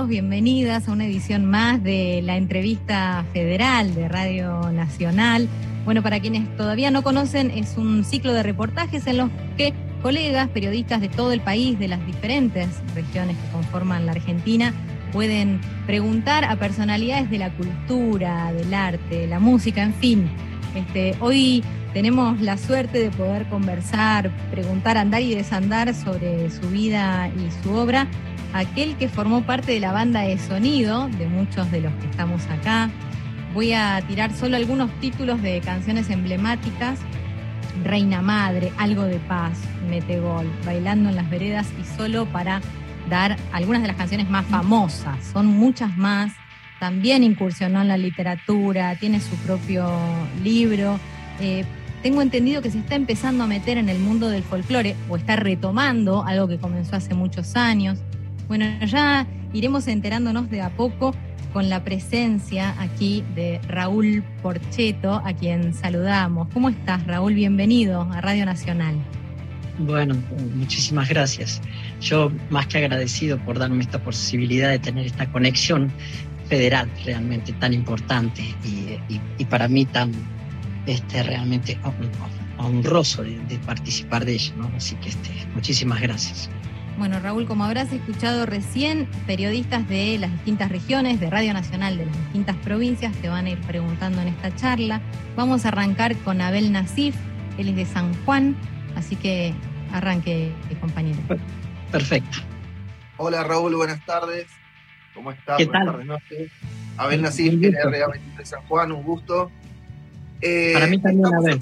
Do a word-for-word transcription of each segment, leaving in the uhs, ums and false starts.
bienvenidos, bienvenidas a una edición más de la entrevista federal de Radio Nacional. Bueno, para quienes todavía no conocen, es un ciclo de reportajes en los que colegas, periodistas de todo el país, de las diferentes regiones que conforman la Argentina, pueden preguntar a personalidades de la cultura, del arte, la música, en fin. Este, hoy tenemos la suerte de poder conversar, preguntar, andar y desandar sobre su vida y su obra, aquel que formó parte de la banda de sonido de muchos de los que estamos acá. Voy a tirar solo algunos títulos de canciones emblemáticas: Reina Madre, Algo de Paz, Metegol, Bailando en las Veredas, y solo para dar algunas de las canciones más famosas. Son muchas más. También incursionó en la literatura, tiene su propio libro. Eh, tengo entendido que se está empezando a meter en el mundo del folclore, o está retomando algo que comenzó hace muchos años. Bueno, ya iremos enterándonos de a poco con la presencia aquí de Raúl Porchetto, a quien saludamos. ¿Cómo estás, Raúl? Bienvenido a Radio Nacional. Bueno, muchísimas gracias. Yo más que agradecido por darme esta posibilidad de tener esta conexión federal realmente tan importante y, y, y para mí tan este, realmente honroso de, de participar de ella, ¿no? Así que este, muchísimas gracias. Bueno, Raúl, como habrás escuchado recién, periodistas de las distintas regiones, de Radio Nacional, de las distintas provincias, te van a ir preguntando en esta charla. Vamos a arrancar con Abel Nasif, él es de San Juan, así que arranque, compañero. Perfecto. Hola, Raúl, buenas tardes. ¿Cómo estás? ¿Qué buenas tal? tardes, noches. Abel Nasif, N R A veintitrés de San Juan, un gusto. Eh, Para mí también, Abel.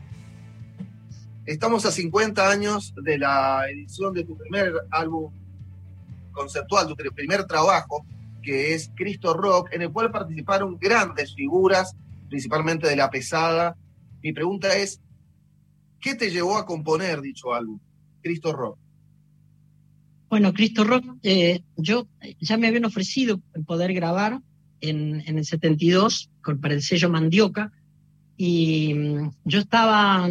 Estamos a cincuenta años de la edición de tu primer álbum conceptual, tu primer trabajo, que es Cristo Rock, en el cual participaron grandes figuras, principalmente de la pesada. Mi pregunta es, ¿qué te llevó a componer dicho álbum, Cristo Rock? Bueno, Cristo Rock, eh, yo ya me habían ofrecido poder grabar en, en el setenta y dos con, para el sello Mandioca, y yo estaba,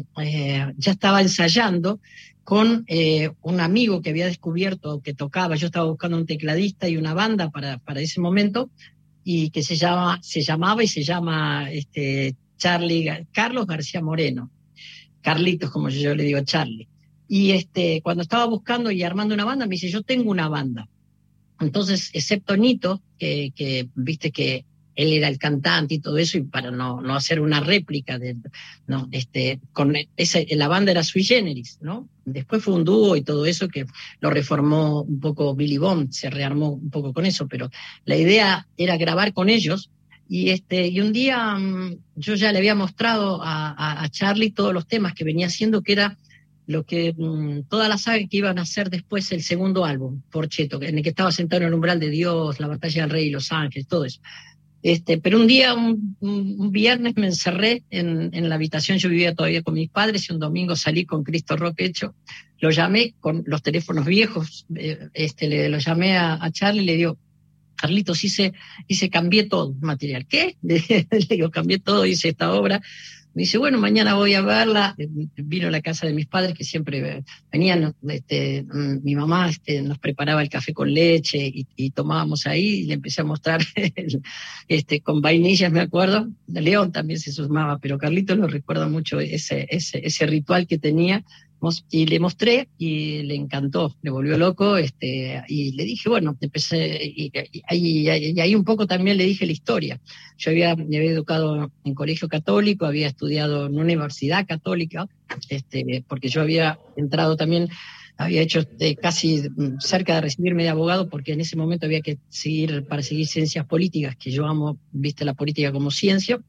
eh, ya estaba ensayando con eh, un amigo que había descubierto que tocaba. Yo estaba buscando un tecladista y una banda para, para ese momento, y que se llama, se llamaba y se llama este, Charlie, Carlos García Moreno, Carlitos, como yo, yo le digo, Charlie. Y este, cuando estaba buscando y armando una banda, me dice, yo tengo una banda. Entonces, excepto Nito, que, que viste que él era el cantante y todo eso, y para no, no hacer una réplica de, no, este, con ese, la banda era sui generis, ¿no? Después fue un dúo y todo eso que lo reformó un poco Billy Bond, se rearmó un poco con eso, pero la idea era grabar con ellos. Y este, y un día um, yo ya le había mostrado a, a, a Charlie todos los temas que venía haciendo, que era lo que um, toda la saga que iban a hacer después el segundo álbum, Porchetto, en el que estaba sentado en el umbral de Dios, La Batalla del Rey y Los Ángeles, todo eso. Este, pero un día, un, un viernes me encerré en, en la habitación, yo vivía todavía con mis padres, y un domingo salí con Cristo Rock hecho, lo llamé con los teléfonos viejos, eh, este, le, lo llamé a, a Charlie y le digo, Carlitos, hice, hice, cambié todo el material. ¿Qué? Le digo, cambié todo, hice esta obra. Me dice, bueno, mañana voy a verla. Vino a la casa de mis padres, que siempre venían, este, mi mamá este, nos preparaba el café con leche y, y tomábamos ahí, y le empecé a mostrar el, este, con vainillas, me acuerdo. León también se sumaba, pero Carlitos lo recuerda mucho ese, ese, ese ritual que tenía. Y le mostré y le encantó, le volvió loco, este, y le dije, bueno, empecé, y, y, y, y ahí un poco también le dije la historia. Yo había, me había educado en colegio católico, había estudiado en una universidad católica, este, porque yo había entrado también, había hecho eh, casi cerca de recibirme de abogado, porque en ese momento había que seguir, para seguir ciencias políticas, que yo amo, viste, la política como ciencia,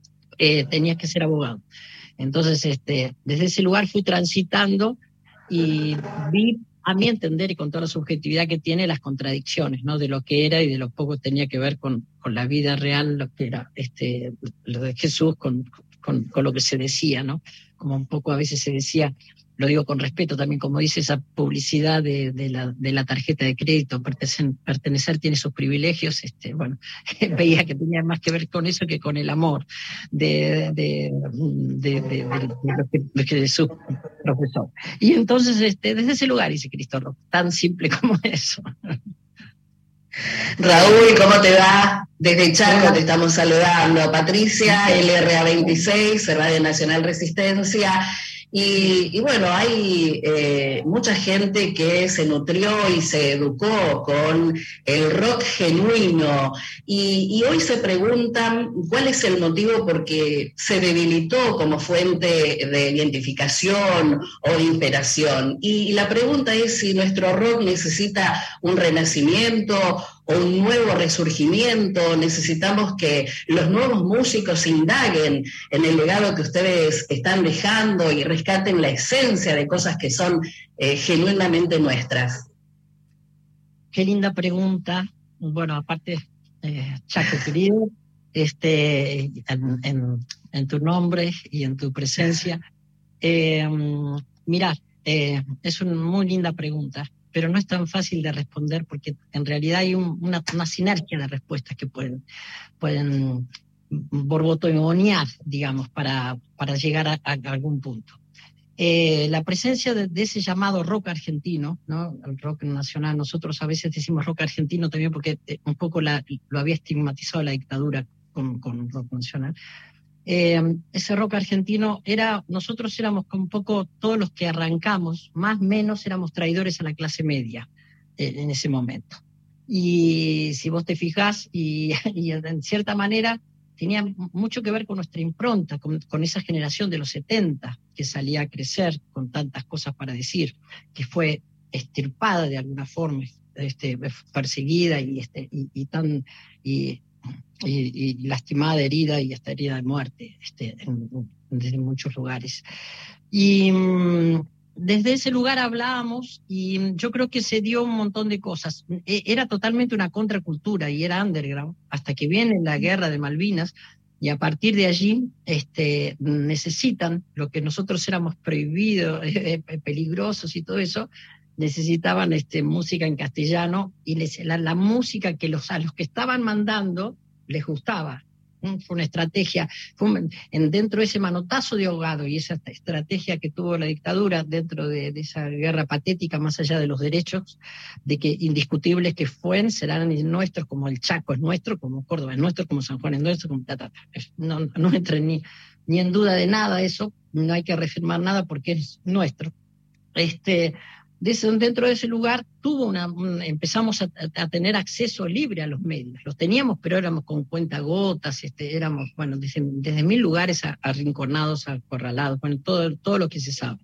eh, tenías que ser abogado. Entonces, este, desde ese lugar fui transitando y vi, a mi entender y con toda la subjetividad que tiene, las contradicciones, ¿no? De lo que era y de lo poco tenía que ver con, con la vida real, lo que era este, lo de Jesús, con, con, con lo que se decía, ¿no? Como un poco a veces se decía, lo digo con respeto también, como dice esa publicidad de, de, la, de la tarjeta de crédito, pertenecer, pertenecer tiene sus privilegios, este, bueno, veía que tenía más que ver con eso que con el amor de, de, de, de, de, de lo que, de que Jesús profesó. Y entonces, este, desde ese lugar hice Cristo Rock, tan simple como eso. Raúl, ¿cómo te va? Desde Chaco te estamos saludando. Patricia, L R A veintiséis, Radio Nacional Resistencia. Y, y bueno, hay eh, mucha gente que se nutrió y se educó con el rock genuino y, y hoy se preguntan cuál es el motivo porque se debilitó como fuente de identificación o de inspiración. Y, y la pregunta es si nuestro rock necesita un renacimiento o un nuevo resurgimiento. Necesitamos que los nuevos músicos indaguen en el legado que ustedes están dejando y rescaten la esencia de cosas que son eh, genuinamente nuestras. Qué linda pregunta. Bueno, aparte, eh, Chaco querido, este, en, en, en tu nombre y en tu presencia, eh, mirá, eh, es una muy linda pregunta, pero no es tan fácil de responder porque en realidad hay un, una, una sinergia de respuestas que pueden, pueden borbotonear, digamos, para, para llegar a, a algún punto. Eh, la presencia de, de ese llamado rock argentino, ¿no? El rock nacional, nosotros a veces decimos rock argentino también porque eh, un poco la, lo había estigmatizado la dictadura con, con rock nacional. Eh, ese rock argentino era, nosotros éramos un poco todos los que arrancamos, más o menos éramos traidores a la clase media eh, en ese momento. Y si vos te fijás, y, y en cierta manera tenía mucho que ver con nuestra impronta, con, con esa generación de los setenta que salía a crecer con tantas cosas para decir, que fue extirpada de alguna forma, este, perseguida y, este, y, y tan... Y, Y, y lastimada, herida y hasta herida de muerte este, en, en muchos lugares. Y mmm, desde ese lugar hablábamos y yo creo que se dio un montón de cosas. Era totalmente una contracultura y era underground hasta que viene la guerra de Malvinas y a partir de allí este, necesitan lo que nosotros éramos prohibidos, eh, peligrosos y todo eso. Necesitaban este, música en castellano y les, la, la música que los, a los que estaban mandando les gustaba. Fue una estrategia, fue un, en, dentro de ese manotazo de ahogado y esa estrategia que tuvo la dictadura dentro de, de esa guerra patética, más allá de los derechos, de que indiscutibles que fueron, serán nuestros, como el Chaco es nuestro, como Córdoba es nuestro, como San Juan es nuestro, como ta, ta, ta. No, no entra ni, ni en duda de nada eso, no hay que reafirmar nada porque es nuestro. Este... De ese, dentro de ese lugar tuvo una, un, empezamos a, a tener acceso libre a los medios. Los teníamos, pero éramos con cuentagotas, este, éramos, bueno, desde, desde mil lugares a, arrinconados, acorralados, bueno, todo, todo lo que se sabe.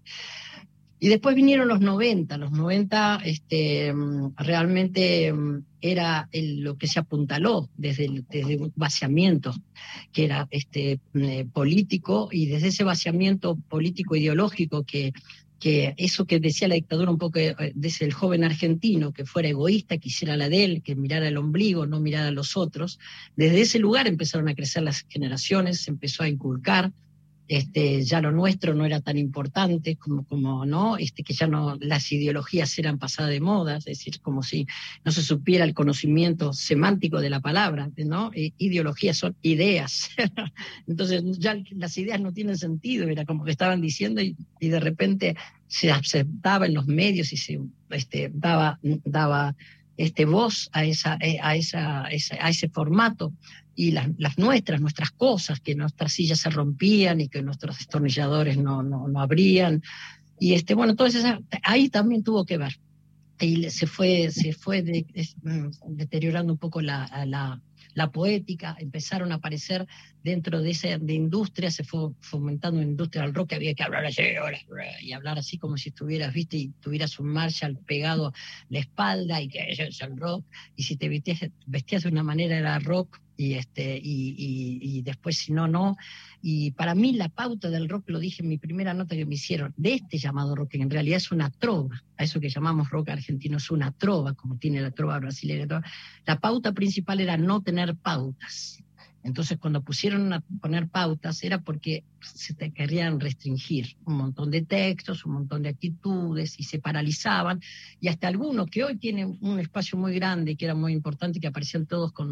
Y después vinieron los noventa. Los noventa este, realmente era el, lo que se apuntaló desde, el, desde un vaciamiento que era este, eh, político, y desde ese vaciamiento político ideológico que que eso que decía la dictadura un poco desde el joven argentino, que fuera egoísta, que hiciera la de él, que mirara el ombligo, no mirara a los otros, desde ese lugar empezaron a crecer las generaciones, se empezó a inculcar, este, ya lo nuestro no era tan importante como, como no, este, que ya no, las ideologías eran pasadas de moda, es decir, como si no se supiera el conocimiento semántico de la palabra, ¿no? E, ideologías son ideas, entonces ya las ideas no tienen sentido, era como que estaban diciendo y, y de repente se aceptaba en los medios y se este, daba, daba este, voz a, esa, a, esa, a, esa, a ese formato. Y las, las nuestras, nuestras cosas, que nuestras sillas se rompían y que nuestros destornilladores no, no, no abrían. Y este, bueno, entonces ahí también tuvo que ver. Y se fue, se fue de, es, deteriorando un poco la, la, la poética, empezaron a aparecer dentro de esa de industria, se fue fomentando una industria del rock que había que hablar así, y hablar así como si estuvieras, viste, y tuvieras un Marshall pegado a la espalda y que eso es el rock, y si te vestías, vestías de una manera era rock, y este y, y, y después si no, no. Y para mí la pauta del rock, lo dije en mi primera nota que me hicieron, de este llamado rock, que en realidad es una trova, a eso que llamamos rock argentino es una trova, como tiene la trova brasileña. La pauta principal era no tener pautas. Entonces cuando pusieron a poner pautas era porque se te querían restringir un montón de textos, un montón de actitudes, y se paralizaban, y hasta algunos que hoy tienen un espacio muy grande, que era muy importante, que aparecían todos con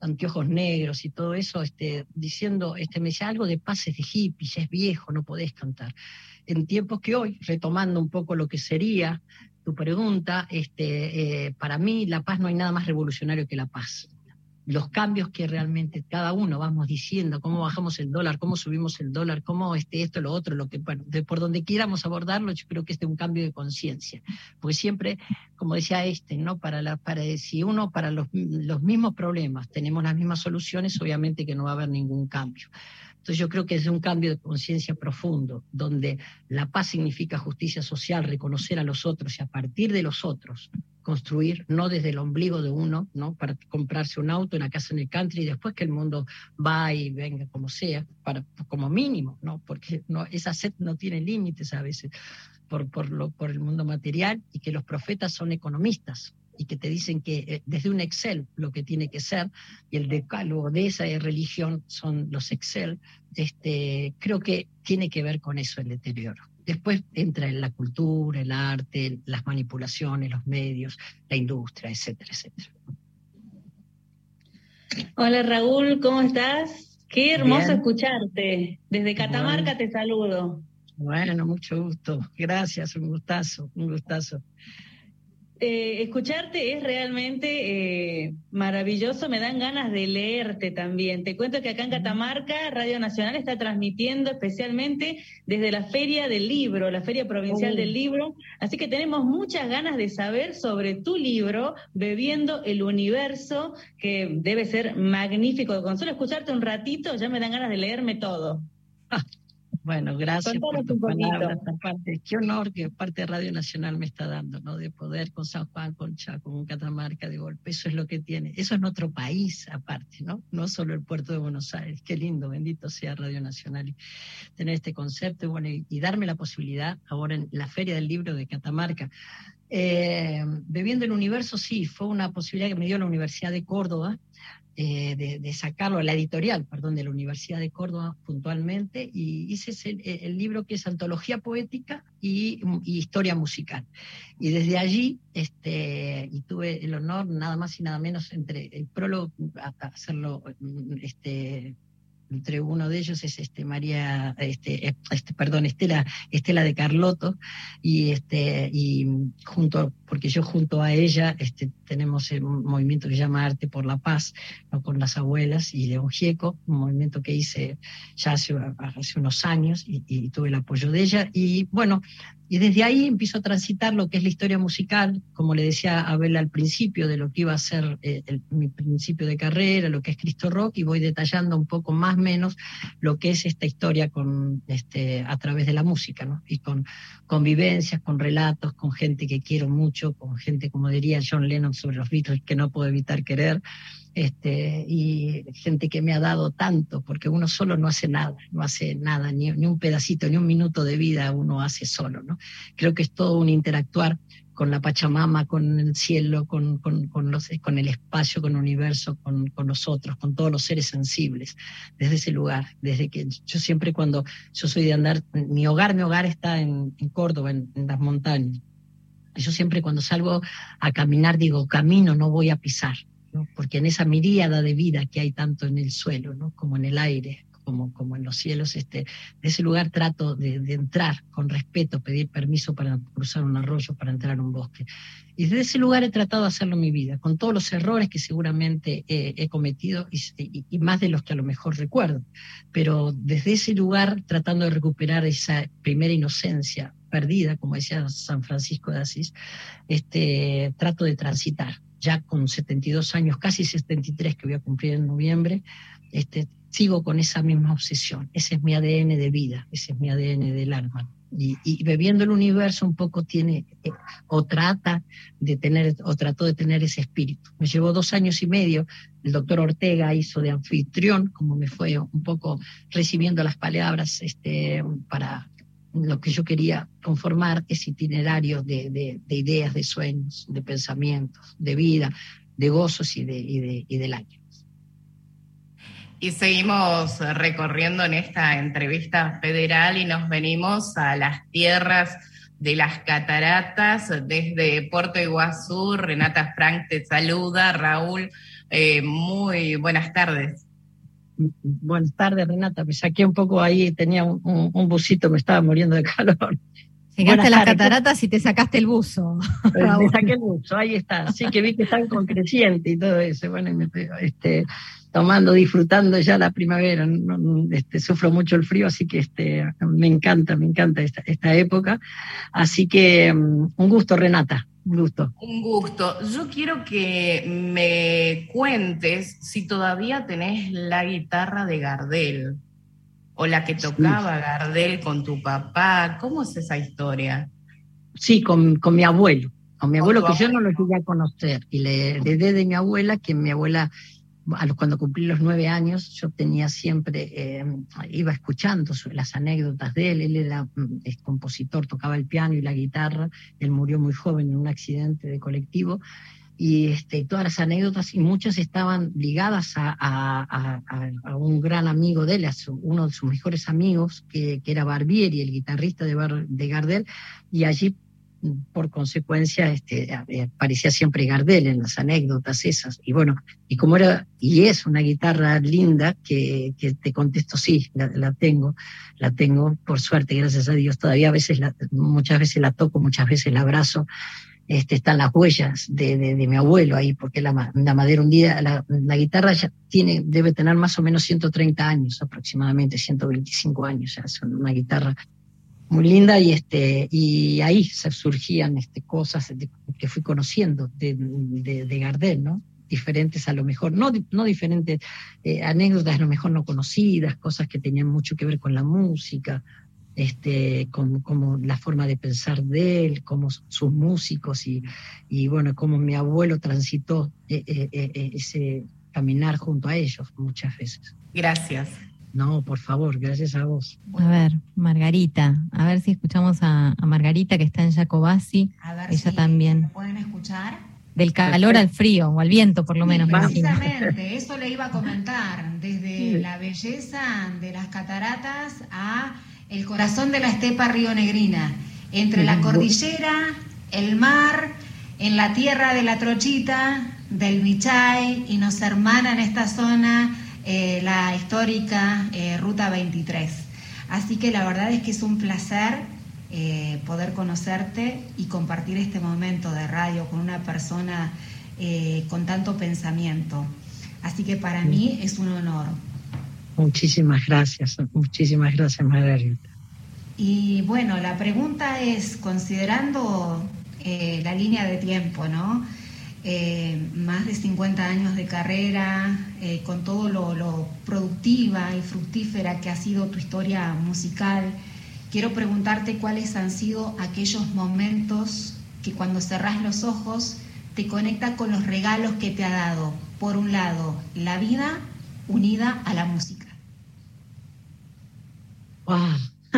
anteojos negros y todo eso, este, diciendo, este, me decía algo de pases de hippie, ya es viejo, no podés cantar. En tiempos que hoy, retomando un poco lo que sería tu pregunta, este, eh, para mí la paz, no hay nada más revolucionario que la paz. Los cambios que realmente cada uno vamos diciendo, cómo bajamos el dólar, cómo subimos el dólar, cómo este, esto, lo otro, lo que bueno, de, por donde quieramos abordarlo, yo creo que este es un cambio de conciencia. Porque siempre, como decía este, ¿no? Para la, para, si uno para los, los mismos problemas tenemos las mismas soluciones, obviamente que no va a haber ningún cambio. Entonces yo creo que es un cambio de conciencia profundo, donde la paz significa justicia social, reconocer a los otros y a partir de los otros construir, no desde el ombligo de uno, ¿no? Para comprarse un auto, una casa en el country y después que el mundo va y venga como sea, para, como mínimo, ¿no? Porque no, esa sed no tiene límites a veces por, por, lo, por el mundo material, y que los profetas son economistas y que te dicen que eh, desde un Excel lo que tiene que ser, y el decálogo de esa religión son los Excel, este, creo que tiene que ver con eso el deterioro. Después entra en la cultura, el arte, las manipulaciones, los medios, la industria, etcétera, etcétera. Hola Raúl, ¿cómo estás? Qué hermoso Bien. Escucharte. Desde Catamarca Bueno. Te saludo. Bueno, mucho gusto. Gracias, un gustazo, un gustazo. Eh, escucharte es realmente eh, maravilloso, me dan ganas de leerte también. Te cuento que acá en Catamarca Radio Nacional está transmitiendo especialmente desde la Feria del Libro, la Feria Provincial Oh. del Libro, así que tenemos muchas ganas de saber sobre tu libro, Bebiendo el Universo, que debe ser magnífico. Con solo escucharte un ratito ya me dan ganas de leerme todo. Ah. Bueno, gracias Contanos por tus un poquito. palabras. Aparte, qué honor que parte de Radio Nacional me está dando, ¿no? De poder con San Juan, con Chaco, con Catamarca, de golpe. Eso es lo que tiene. Eso es nuestro país, aparte, ¿no? No solo el puerto de Buenos Aires. Qué lindo, bendito sea Radio Nacional y tener este concepto y, bueno, y, y darme la posibilidad ahora en la Feria del Libro de Catamarca. Eh, Bebiendo el Universo, sí, fue una posibilidad que me dio la Universidad de Córdoba. Eh, de, de sacarlo, la editorial, perdón, de la Universidad de Córdoba puntualmente, y hice el, el libro que es Antología Poética y, y Historia Musical. Y desde allí, este, y tuve el honor, nada más y nada menos, entre el prólogo, a, a hacerlo, este, entre uno de ellos es este María, este, este perdón, Estela, Estela de Carlotto, y este, y junto, porque yo junto a ella, este, tenemos un movimiento que se llama Arte por la Paz, ¿no? Con las abuelas y León Gieco, un movimiento que hice ya hace, hace unos años, y, y tuve el apoyo de ella, y bueno, y desde ahí empiezo a transitar lo que es la historia musical, como le decía a Abel al principio, de lo que iba a ser eh, el, mi principio de carrera, lo que es Cristo Rock, y voy detallando un poco más o menos lo que es esta historia con, este, a través de la música, ¿no? Y con, con vivencias, con relatos, con gente que quiero mucho, con gente, como diría John Lennon sobre los Beatles, que no puedo evitar querer, este, y gente que me ha dado tanto, porque uno solo no hace nada, no hace nada, ni, ni un pedacito, ni un minuto de vida uno hace solo, ¿no? Creo que es todo un interactuar con la Pachamama, con el cielo, con, con, con, los, con el espacio, con el universo, con, con nosotros, con todos los seres sensibles, desde ese lugar, desde que yo siempre cuando, yo soy de andar, mi hogar, mi hogar está en, en Córdoba, en, en las montañas. Yo siempre cuando salgo a caminar digo, camino, no voy a pisar, ¿no? Porque en esa miríada de vida que hay tanto en el suelo, ¿no? Como en el aire, como, como en los cielos, este, de ese lugar trato de, de entrar con respeto, pedir permiso para cruzar un arroyo, para entrar a un bosque. Y desde ese lugar he tratado de hacerlo en mi vida, con todos los errores que seguramente eh, he cometido y, y, y más de los que a lo mejor recuerdo. Pero desde ese lugar, tratando de recuperar esa primera inocencia perdida, como decía San Francisco de Asís, este, trato de transitar. Ya con setenta y dos años, casi setenta y tres que voy a cumplir en noviembre, este, sigo con esa misma obsesión. Ese es mi A D N de vida, ese es mi A D N del alma. Y, y Bebiendo el Universo un poco tiene, eh, o trata de tener, o trató de tener ese espíritu. Me llevó dos años y medio, el doctor Ortega hizo de anfitrión, como me fue un poco recibiendo las palabras, este, para lo que yo quería conformar ese itinerario de, de, de ideas, de sueños, de pensamientos, de vida, de gozos y de, y de, y de lágrimas. Y seguimos recorriendo en esta entrevista federal y nos venimos a las tierras de las cataratas desde Puerto Iguazú. Renata Frank te saluda, Raúl Eh, muy buenas tardes. Buenas tardes, Renata. Me saqué un poco ahí, tenía un, un, un busito, me estaba muriendo de calor. Llegaste Buenas a las tardes. cataratas y te sacaste el buzo. Me saqué el buzo, ahí está. Sí, que vi que están con creciente y todo eso. Bueno, y me, este, tomando, disfrutando ya la primavera. No, no, este, sufro mucho el frío, así que este, me encanta, me encanta esta, esta época. Así que um, un gusto, Renata. Un gusto. Un gusto. Yo quiero que me cuentes si todavía tenés la guitarra de Gardel o la que tocaba sí. Gardel con tu papá. ¿Cómo es esa historia? Sí, con, con mi abuelo. Con mi abuelo, que abuelo? Yo no lo llegué a conocer. Y le heredé de mi abuela, que mi abuela, a los, cuando cumplí los nueve años, yo tenía siempre, eh, iba escuchando las anécdotas de él. Él era es compositor, tocaba el piano y la guitarra. Él murió muy joven en un accidente de colectivo. Y este, todas las anécdotas, y muchas estaban ligadas a, a, a, a un gran amigo de él, a su, uno de sus mejores amigos, que, que era Barbieri, el guitarrista de, Bar, de Gardel, y allí, por consecuencia, este, aparecía siempre Gardel en las anécdotas esas. Y bueno, y como era, y es una guitarra linda, que, que te contesto, sí, la, la tengo, la tengo, por suerte, gracias a Dios, todavía a veces, la, muchas veces la toco, muchas veces la abrazo. Este, están las huellas de, de, de mi abuelo ahí, porque la, la madera hundida, la, la guitarra ya tiene, debe tener más o menos ciento treinta años, aproximadamente ciento veinticinco años, ya es una guitarra muy linda, y este, y ahí se surgían este, cosas de, que fui conociendo de, de, de Gardel, ¿no? Diferentes a lo mejor, no, no diferentes, eh, anécdotas a lo mejor no conocidas, cosas que tenían mucho que ver con la música, este, como, como la forma de pensar de él, como sus músicos, y, y bueno, como mi abuelo transitó eh, eh, eh, ese caminar junto a ellos muchas veces. Gracias. No, por favor, gracias a vos. A ver, Margarita, a ver si escuchamos a, a Margarita, que está en Jacobasi. A ver ella si también. ¿me pueden escuchar? Del calor al frío, o al viento por lo menos. Sí, precisamente, eso le iba a comentar, desde la belleza de las cataratas a el corazón de la estepa rionegrina, entre la cordillera, el mar, en la tierra de la Trochita, del Michay, y nos hermana en esta zona eh, la histórica eh, Ruta veintitrés. Así que la verdad es que es un placer eh, poder conocerte y compartir este momento de radio con una persona eh, con tanto pensamiento. Así que para mí es un honor. Muchísimas gracias, muchísimas gracias, Margarita. Y bueno, la pregunta es, considerando eh, la línea de tiempo, ¿no? Eh, más de cincuenta años de carrera, eh, con todo lo, lo productiva y fructífera que ha sido tu historia musical, quiero preguntarte cuáles han sido aquellos momentos que cuando cerrás los ojos te conecta con los regalos que te ha dado, por un lado, la vida unida a la música. ¡Wow!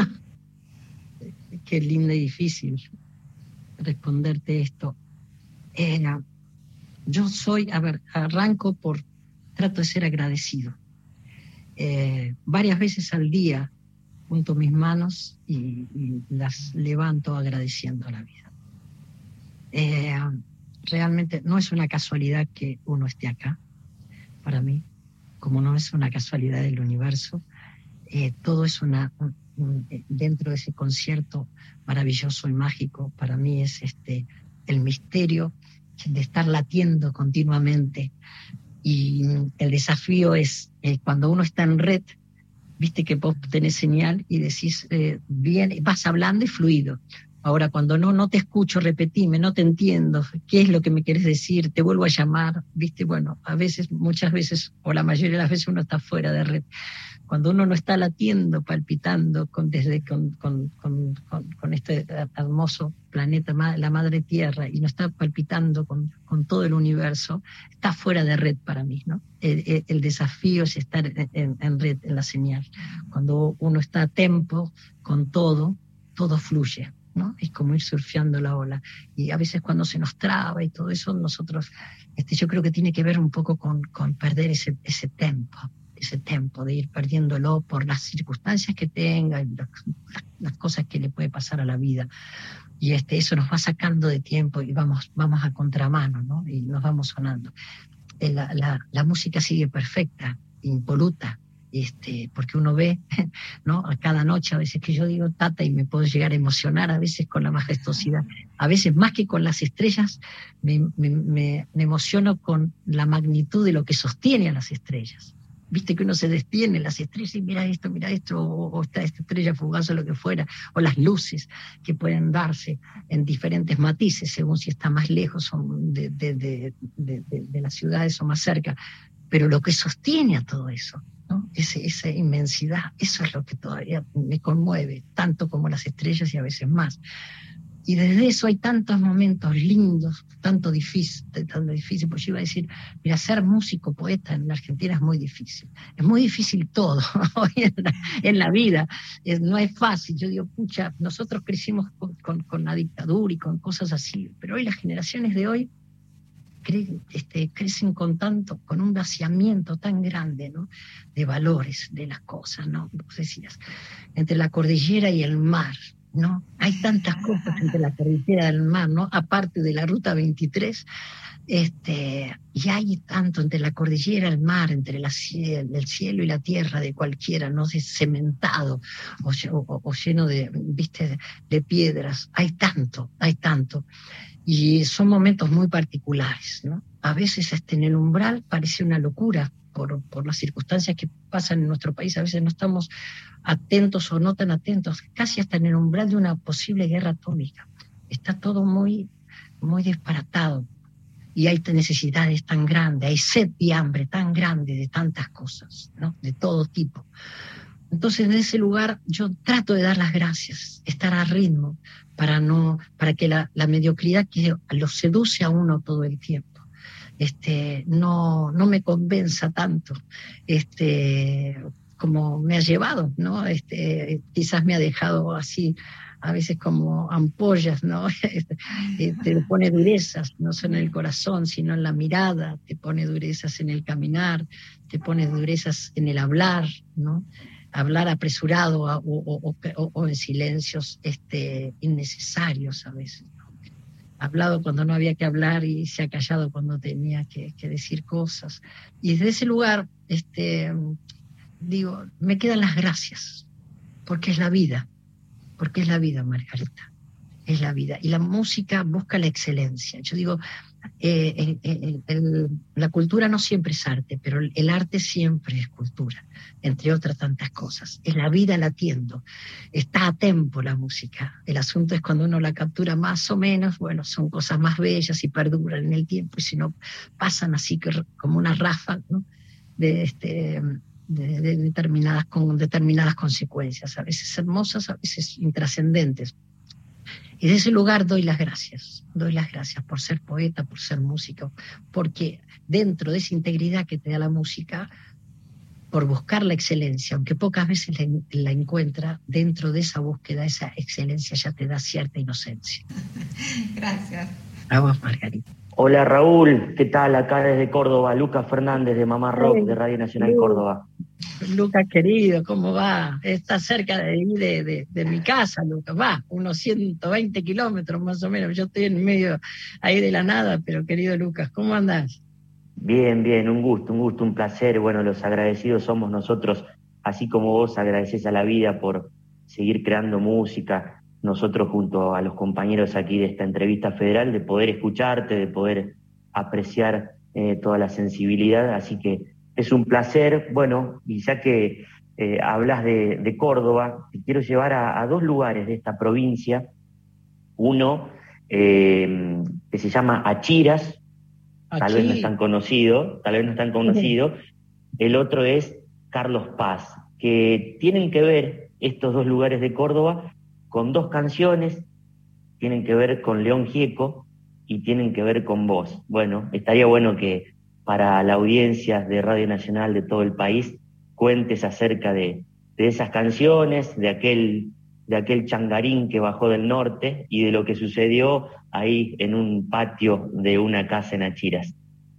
Qué lindo y difícil responderte esto. Eh, yo soy, a ver, arranco por, trato de ser agradecido. Eh, varias veces al día junto mis manos y, y las levanto agradeciendo a la vida. Eh, realmente no es una casualidad que uno esté acá, para mí, como no es una casualidad del universo. Eh, todo es una, un, un, dentro de ese concierto maravilloso y mágico, para mí es este, el misterio de estar latiendo continuamente, y el desafío es eh, cuando uno está en red, viste que vos tenés señal y decís eh, bien, vas hablando y fluido. Ahora, cuando no, no te escucho, repetime, no te entiendo, ¿qué es lo que me quieres decir? Te vuelvo a llamar, viste, bueno, a veces, muchas veces, o la mayoría de las veces uno está fuera de red. Cuando uno no está latiendo, palpitando con, desde, con, con, con, con, con este hermoso planeta, la madre tierra, y no está palpitando con, con todo el universo, está fuera de red para mí, ¿no? El, el, el desafío es estar en, en red, en la señal. Cuando uno está a tempo con todo, todo fluye, ¿no? Es como ir surfeando la ola. Y a veces cuando se nos traba y todo eso, nosotros, este, yo creo que tiene que ver un poco con, con perder ese, ese tempo. ese tiempo de ir perdiéndolo por las circunstancias que tenga y las, las cosas que le puede pasar a la vida. Y este, eso nos va sacando de tiempo y vamos, vamos a contramano, ¿no? Y nos vamos sonando. la, la, la música sigue perfecta, impoluta, este, porque uno ve, ¿no? A cada noche, a veces que yo digo Tata y me puedo llegar a emocionar, a veces con la majestuosidad, a veces más que con las estrellas, me, me, me, me emociono con la magnitud de lo que sostiene a las estrellas. Viste que uno se detiene en las estrellas y mira esto, mira esto, o, o está esta estrella fugaz o lo que fuera, o las luces que pueden darse en diferentes matices, según si está más lejos de, de, de, de, de, de las ciudades o más cerca. Pero lo que sostiene a todo eso, ¿no? Ese, esa inmensidad, eso es lo que todavía me conmueve, tanto como las estrellas y a veces más. Y desde eso hay tantos momentos lindos, tanto difícil, tanto difícil, pues yo iba a decir, mira, ser músico, poeta en la Argentina es muy difícil. Es muy difícil todo, hoy en la, en la vida. Es, no es fácil. Yo digo, pucha, nosotros crecimos con, con, con la dictadura y con cosas así, pero hoy las generaciones de hoy cre, este, crecen con tanto, con un vaciamiento tan grande, ¿no? De valores, de las cosas, ¿no? Vos decías, entre la cordillera y el mar, ¿no? Hay tantas cosas entre la cordillera del mar, ¿no? Aparte de la ruta veintitrés, este, y hay tanto entre la cordillera, el mar, entre la, el cielo y la tierra de cualquiera, ¿no? De cementado o, o, o lleno de, viste, de, de piedras. Hay tanto, hay tanto. Y son momentos muy particulares, ¿no? A veces este, en el umbral parece una locura por, por las circunstancias que pasan en nuestro país. A veces no estamos atentos o no tan atentos, casi hasta en el umbral de una posible guerra atómica. Está todo muy, muy disparatado y hay necesidades tan grandes, hay sed y hambre tan grande de tantas cosas, ¿no? De todo tipo. Entonces, en ese lugar yo trato de dar las gracias, estar a ritmo, para, no, para que la, la mediocridad que lo seduce a uno todo el tiempo este, no, no me convenza tanto este, como me ha llevado, ¿no? Este, quizás me ha dejado así, a veces como ampollas, ¿no? Te pone durezas, no solo en el corazón, sino en la mirada, te pone durezas en el caminar, te pone durezas en el hablar, ¿no? Hablar apresurado o, o, o, o en silencios este, innecesarios a veces, ¿no? Hablado cuando no había que hablar y se ha callado cuando tenía que, que decir cosas. Y desde ese lugar, este, digo, me quedan las gracias, porque es la vida, porque es la vida, Margarita, es la vida. Y la música busca la excelencia. Yo digo, eh, el, el, el, la cultura no siempre es arte, pero el, el arte siempre es cultura, entre otras tantas cosas. Es la vida latiendo, está a tiempo la música. El asunto es cuando uno la captura más o menos, bueno, son cosas más bellas y perduran en el tiempo, y si no, pasan así que, como una ráfaga, ¿no? de, este, de, de determinadas, con determinadas consecuencias, a veces hermosas, a veces intrascendentes. Y de ese lugar doy las gracias, doy las gracias por ser poeta, por ser músico, porque dentro de esa integridad que te da la música, por buscar la excelencia, aunque pocas veces la, la encuentra, dentro de esa búsqueda, esa excelencia ya te da cierta inocencia. Gracias. A vos, Margarita. Hola Raúl, ¿qué tal? Acá desde Córdoba, Lucas Fernández de Mamá Rock, de Radio Nacional Lucas, Córdoba. Lucas querido, ¿cómo va? Está cerca de, de, de, de mi casa, Lucas, va, unos ciento veinte kilómetros más o menos, yo estoy en medio ahí de la nada, pero querido Lucas, ¿cómo andás? Bien, bien, un gusto, un gusto, un placer, bueno, los agradecidos somos nosotros, así como vos agradeces a la vida por seguir creando música, nosotros junto a los compañeros aquí de esta entrevista federal, de poder escucharte, de poder apreciar eh, toda la sensibilidad, así que es un placer. Bueno, y ya que eh, hablas de, de Córdoba, te quiero llevar a, a dos lugares de esta provincia, uno eh, que se llama Achiras, tal Achí. vez no es tan conocido, tal vez no es tan conocido, el otro es Carlos Paz, que tienen que ver estos dos lugares de Córdoba con dos canciones, tienen que ver con León Gieco y tienen que ver con vos. Bueno, estaría bueno que para la audiencia de Radio Nacional de todo el país cuentes acerca de, de esas canciones, de aquel, de aquel changarín que bajó del norte y de lo que sucedió ahí en un patio de una casa en Achiras.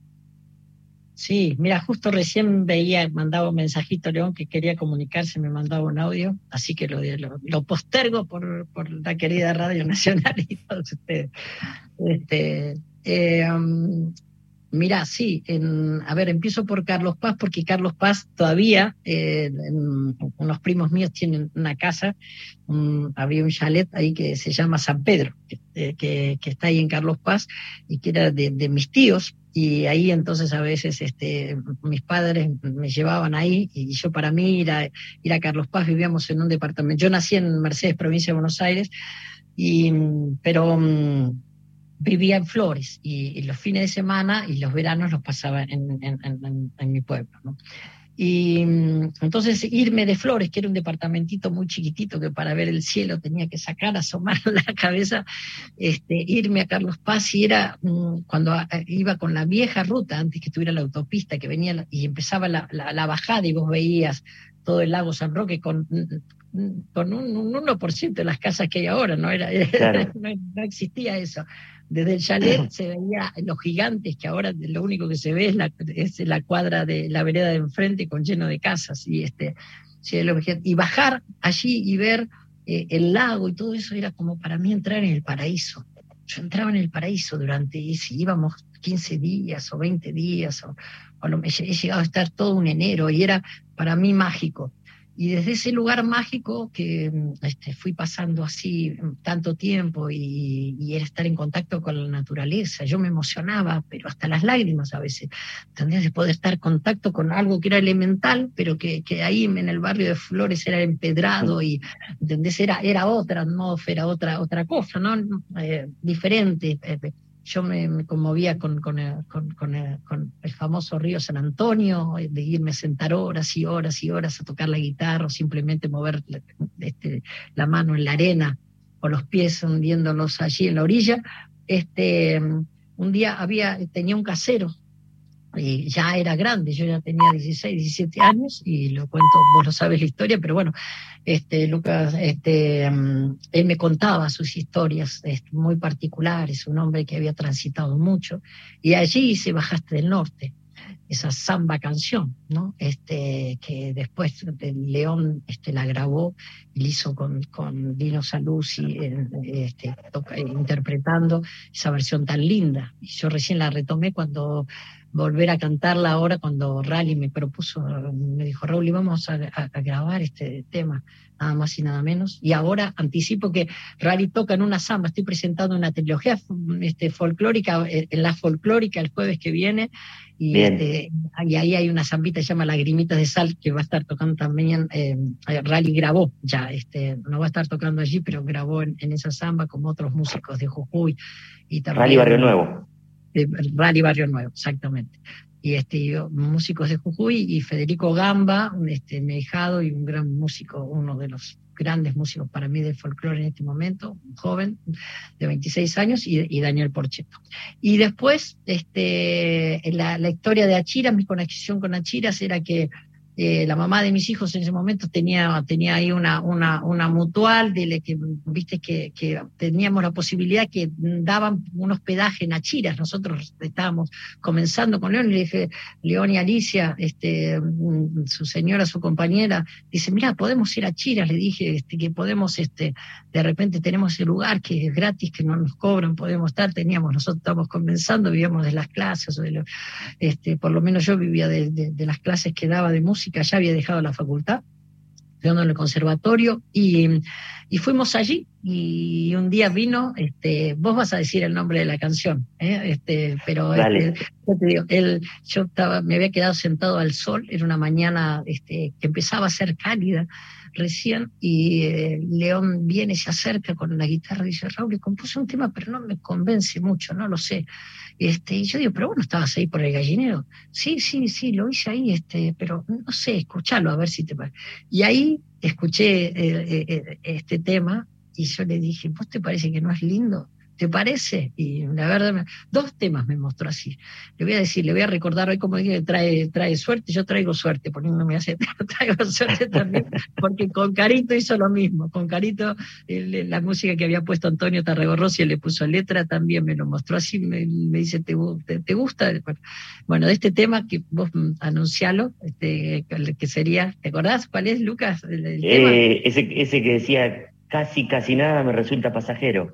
Sí, mira, justo recién veía, mandaba un mensajito León que quería comunicarse, me mandaba un audio, así que lo, lo, lo postergo por, por la querida Radio Nacional y todos ustedes. Este, eh, um, Mirá, sí, en, a ver, empiezo por Carlos Paz, porque Carlos Paz todavía, eh, en, unos primos míos tienen una casa, un, había un chalet ahí que se llama San Pedro, que, que, que está ahí en Carlos Paz, y que era de, de mis tíos, y ahí entonces a veces este, mis padres me llevaban ahí, y yo para mí ir a, ir a Carlos Paz, vivíamos en un departamento, yo nací en Mercedes, provincia de Buenos Aires, y, pero... vivía en Flores y, y los fines de semana y los veranos los pasaba en, en, en, en mi pueblo, ¿no? Y entonces irme de Flores, que era un departamentito muy chiquitito que para ver el cielo tenía que sacar, asomar la cabeza, este, irme a Carlos Paz, y era um, cuando a, iba con la vieja ruta, antes que tuviera la autopista, que venía la, y empezaba la, la, la bajada y vos veías todo el lago San Roque con... con un, un uno por ciento de las casas que hay ahora, no era, claro. no, no existía eso. Desde el chalet se veía los gigantes, que ahora lo único que se ve es la, es la cuadra de la vereda de enfrente con lleno de casas, y este y bajar allí y ver eh, el lago y todo eso era como para mí entrar en el paraíso. Yo entraba en el paraíso durante, y si íbamos quince días o veinte días, o, o lo, he llegado a estar todo un enero, y era para mí mágico. Y desde ese lugar mágico que este, fui pasando así tanto tiempo, y, y era estar en contacto con la naturaleza, yo me emocionaba, pero hasta las lágrimas a veces, tendría de poder estar en contacto con algo que era elemental, pero que, que ahí en el barrio de Flores era empedrado, y ¿entendés? Era, era otra atmósfera, otra, otra cosa, ¿no? Eh, diferente. Eh, Yo me, me conmovía con, con, con, con, el, con el famoso río San Antonio, de irme a sentar horas y horas y horas a tocar la guitarra, o simplemente mover la, este, la mano en la arena, o los pies hundiéndolos allí en la orilla. Este, un día había, tenía un casero, y ya era grande, yo ya tenía dieciséis, diecisiete años, y lo cuento, vos lo sabes la historia, pero bueno, este, Lucas, este, um, él me contaba sus historias este, muy particulares, un hombre que había transitado mucho, y allí se Bajaste del Norte, esa samba canción, ¿no? Este, que después el León este, la grabó y la hizo con, con Dino Saluzzi, este, toca, interpretando esa versión tan linda. Y yo recién la retomé cuando volver a cantarla ahora, cuando Rally me propuso, me dijo, Raúl, vamos a, a, a grabar este tema, nada más y nada menos. Y ahora anticipo que Rally toca en una samba, estoy presentando una trilogía este, folclórica, en la folclórica el jueves que viene, y, este, y ahí hay una zambita que se llama Lagrimitas de Sal, que va a estar tocando también, eh, Rally grabó ya, este, no va a estar tocando allí, pero grabó en, en esa samba como otros músicos de Jujuy. Y también, Rally Barrio Nuevo. De Rally Barrio Nuevo, exactamente. Y este, yo, músicos de Jujuy, y Federico Gamba, este, mi ahijado y un gran músico, uno de los grandes músicos para mí del folclore en este momento, un joven de veintiséis años, y, y Daniel Porcheto. Y después, este, la, la historia de Achiras, mi conexión con Achiras era que Eh, la mamá de mis hijos en ese momento tenía, tenía ahí una, una, una mutual de la que, viste, que, que teníamos la posibilidad que daban un hospedaje en Achiras. Nosotros estábamos comenzando con León, y le dije, León y Alicia, este, su señora, su compañera, dice, mira, podemos ir a Achiras, le dije, este, que podemos, este, de repente tenemos ese lugar que es gratis, que no nos cobran, podemos estar, teníamos, nosotros estábamos comenzando, vivíamos de las clases, o de lo, este, por lo menos yo vivía de, de, de las clases que daba de música, ya había dejado la facultad, estudiando en el conservatorio, y, y fuimos allí, y un día vino, este, vos vas a decir el nombre de la canción, ¿eh? este, pero este, yo te digo, él, yo estaba, me había quedado sentado al sol, era una mañana este, que empezaba a ser cálida recién, y eh, León viene, se acerca con la guitarra y dice, Raúl, le compuse un tema, pero no me convence mucho, no lo sé. Este, y yo digo, pero vos no estabas ahí por el gallinero. Sí, sí, sí, lo hice ahí, este, pero no sé, escuchalo a ver si te parece. Y ahí escuché eh, eh, este tema, y yo le dije, ¿vos te parece que no es lindo? ¿Te parece? Y la verdad, dos temas me mostró así. Le voy a decir, le voy a recordar hoy, como dije, trae, trae suerte, yo traigo suerte, poniéndome así, traigo suerte también, porque con Carito hizo lo mismo. Con Carito, el, la música que había puesto Antonio Tarragorrosi, él le puso letra, también me lo mostró así, me, me dice, ¿te, te, te gusta? Bueno, de este tema que vos anuncialo, este, que sería, ¿te acordás cuál es, Lucas? El, el eh, tema? Ese, ese que decía, casi, casi nada me resulta pasajero.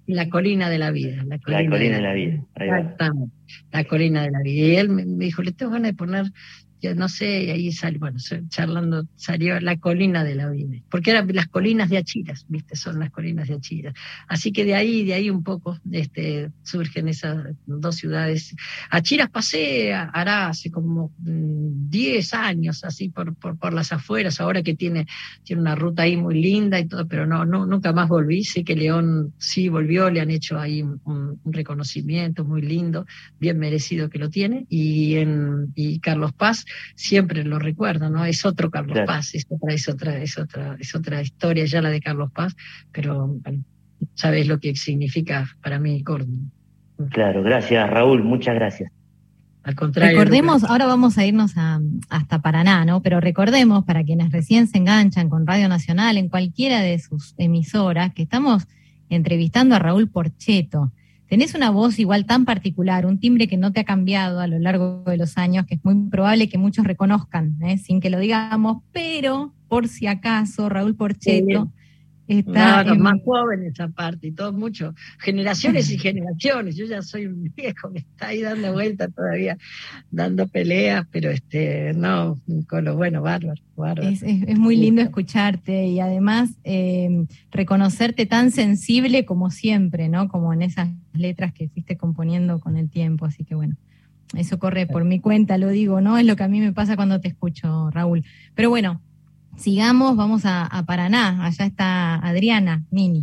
La colina de la vida. La colina, La colina de la, de la vida. Ahí va. Exactamente. La colina de la vida. Y él me, me dijo, le tengo ganas de poner, yo no sé, y ahí salió, bueno, charlando, salió la colina de la vida. Porque eran las colinas de Achiras, ¿viste? Son las colinas de Achiras. Así que de ahí, de ahí un poco este, surgen esas dos ciudades. Achiras pasé, hará hace como diez años, así por, por, por las afueras, ahora que tiene, tiene una ruta ahí muy linda y todo, pero no, no, nunca más volví. Sé que León sí volvió, le han hecho ahí un, un reconocimiento muy lindo, bien merecido que lo tiene, y, en, y Carlos Paz siempre lo recuerda, ¿no? Es otro Carlos claro. Paz, es otra, es otra, es otra, es otra historia ya la de Carlos Paz, pero bueno, sabes lo que significa para mí Córdoba. Claro, gracias Raúl, muchas gracias. Al contrario. Recordemos, ahora vamos a irnos a, hasta Paraná, ¿no? Pero recordemos, para quienes recién se enganchan con Radio Nacional, en cualquiera de sus emisoras, que estamos entrevistando a Raúl Porcheto. Tenés una voz igual tan particular, un timbre que no te ha cambiado a lo largo de los años, que es muy probable que muchos reconozcan, ¿eh? Sin que lo digamos, pero por si acaso Raúl Porcheto está... No, los en... más jóvenes aparte, y todos muchos, generaciones y generaciones. Yo ya soy un viejo que está ahí dando vueltas todavía, dando peleas, pero este no, con lo bueno, bárbaro. bárbaro. Es, es, es muy lindo escucharte y además eh, reconocerte tan sensible como siempre, ¿no? Como en esas letras que fuiste componiendo con el tiempo, así que bueno, eso corre por mi cuenta, lo digo, ¿no? Es lo que a mí me pasa cuando te escucho, Raúl. Pero bueno, sigamos, vamos a, a Paraná, allá está Adriana Nini.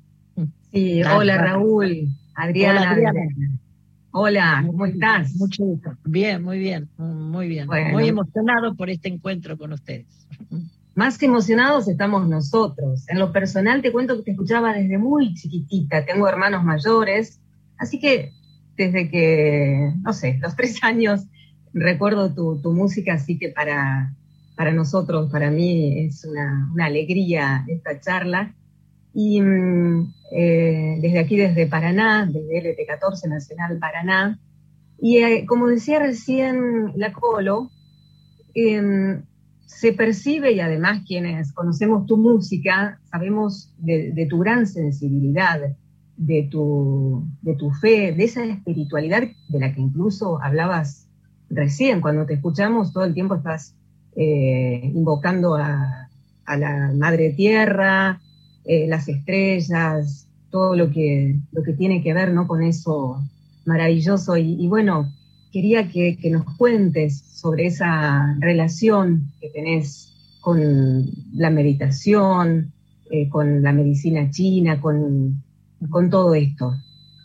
Sí, dale, hola dale. Raúl, Adriana. Hola, Adriana. Hola, ¿cómo estás? Mucho gusto. Bien, muy bien, muy bien. Bueno. Muy emocionado por este encuentro con ustedes. Más emocionados estamos nosotros. En lo personal te cuento que te escuchaba desde muy chiquitita, tengo hermanos mayores, así que desde que, no sé, los tres años recuerdo tu, tu música, así que para... Para nosotros, para mí, es una, una alegría esta charla. Y eh, desde aquí, desde Paraná, desde L T catorce Nacional Paraná, y eh, como decía recién la Colo, eh, se percibe, y además quienes conocemos tu música, sabemos de, de tu gran sensibilidad, de tu, de tu fe, de esa espiritualidad de la que incluso hablabas recién. Cuando te escuchamos, todo el tiempo estás Eh, invocando a, a la Madre Tierra, eh, las estrellas, todo lo que, lo que tiene que ver, ¿no? Con eso maravilloso. Y, y bueno, quería que, que nos cuentes sobre esa relación que tenés con la meditación, eh, con la medicina china, con, con todo esto.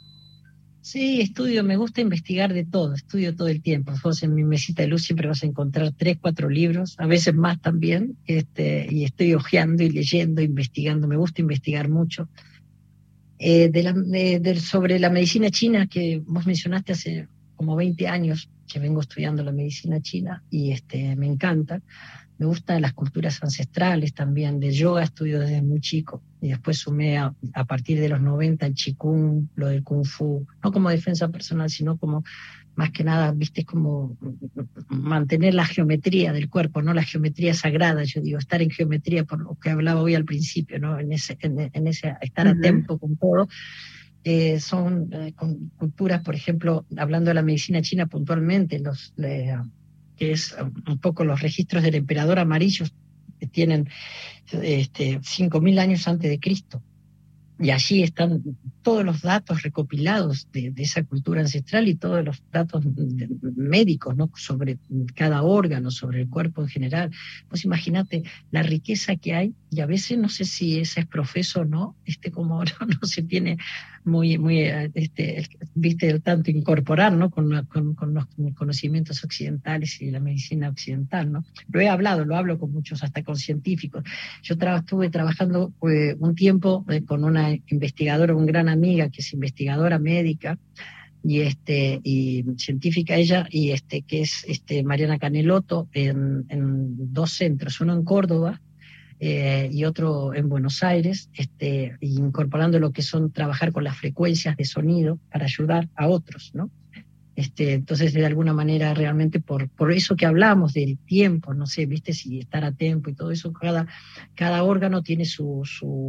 Sí, estudio, me gusta investigar de todo, estudio todo el tiempo. Vos en mi mesita de luz siempre vas a encontrar tres, cuatro libros, a veces más también, este, y estoy hojeando y leyendo, investigando, me gusta investigar mucho. Eh, de la, de, de, sobre la medicina china que vos mencionaste hace como veinte años que vengo estudiando la medicina china y este, me encanta. Me gustan las culturas ancestrales también, de yoga estudio desde muy chico y después sumé a, a partir de los noventa el Qigong, lo del Kung Fu, no como defensa personal, sino como más que nada, viste, como mantener la geometría del cuerpo, no la geometría sagrada, yo digo, estar en geometría, por lo que hablaba hoy al principio, ¿no? En ese, en, en ese estar uh-huh. a tiempo con todo. Eh, son eh, con culturas, por ejemplo, hablando de la medicina china puntualmente, los... Le, que es un poco los registros del emperador amarillo, que tienen este, cinco mil años antes de Cristo. Y allí están todos los datos recopilados de, de esa cultura ancestral y todos los datos médicos, ¿no? Sobre cada órgano, sobre el cuerpo en general. Pues imagínate la riqueza que hay, y a veces no sé si ese es profeso o no, este, como ahora no se tiene muy, muy este, viste, el tanto incorporar, ¿no? Con, con, con los conocimientos occidentales y la medicina occidental, ¿no? Lo he hablado, lo hablo con muchos, hasta con científicos. Yo tra- estuve trabajando eh, un tiempo eh, con una investigadora, una gran amiga que es investigadora médica y este y científica ella, y este que es este Mariana Caneloto, en, en dos centros, uno en Córdoba eh, y otro en Buenos Aires, este, incorporando lo que son trabajar con las frecuencias de sonido para ayudar a otros, ¿no? Este, entonces, de alguna manera, realmente, por, por eso que hablamos del tiempo, no sé, viste, si estar a tiempo y todo eso, cada, cada órgano tiene su, su,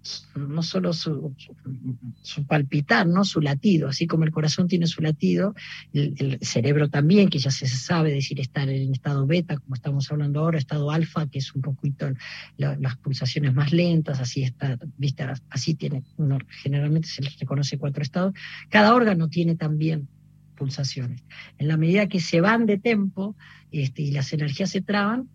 no solo su, su, su palpitar, ¿no? Su latido, así como el corazón tiene su latido, el, el cerebro también, que ya se sabe decir estar en estado beta, como estamos hablando ahora, estado alfa, que es un poquito la, las pulsaciones más lentas, así está, ¿viste? Así tiene, uno, generalmente se les reconoce cuatro estados. Cada órgano tiene también pulsaciones. En la medida que se van de tempo este, y las energías se traban,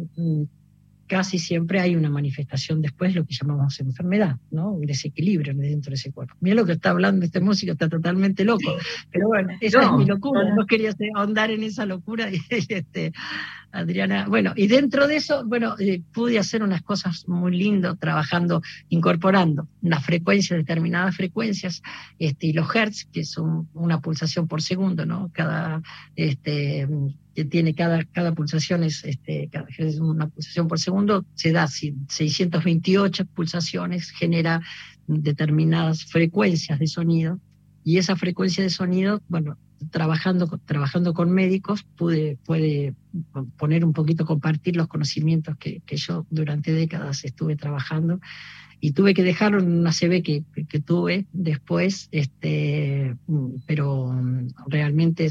casi siempre hay una manifestación después, lo que llamamos enfermedad, ¿no? Un desequilibrio dentro de ese cuerpo. Mira lo que está hablando este músico, está totalmente loco. Pero bueno, esa no, es mi locura, no, no quería ahondar en esa locura. Y, este, Adriana, bueno, y dentro de eso, bueno, eh, pude hacer unas cosas muy lindas, trabajando, incorporando las frecuencias, determinadas frecuencias, este, y los hertz, que son una pulsación por segundo, ¿no? Cada, este, que tiene cada, cada pulsación es, este, cada, es una pulsación por segundo, se da seiscientas veintiocho pulsaciones, genera determinadas frecuencias de sonido, y esa frecuencia de sonido, bueno, trabajando, trabajando con médicos, pude, puede poner un poquito, compartir los conocimientos que, que yo durante décadas estuve trabajando, y tuve que dejarlo en una C V que, que tuve después, este, pero realmente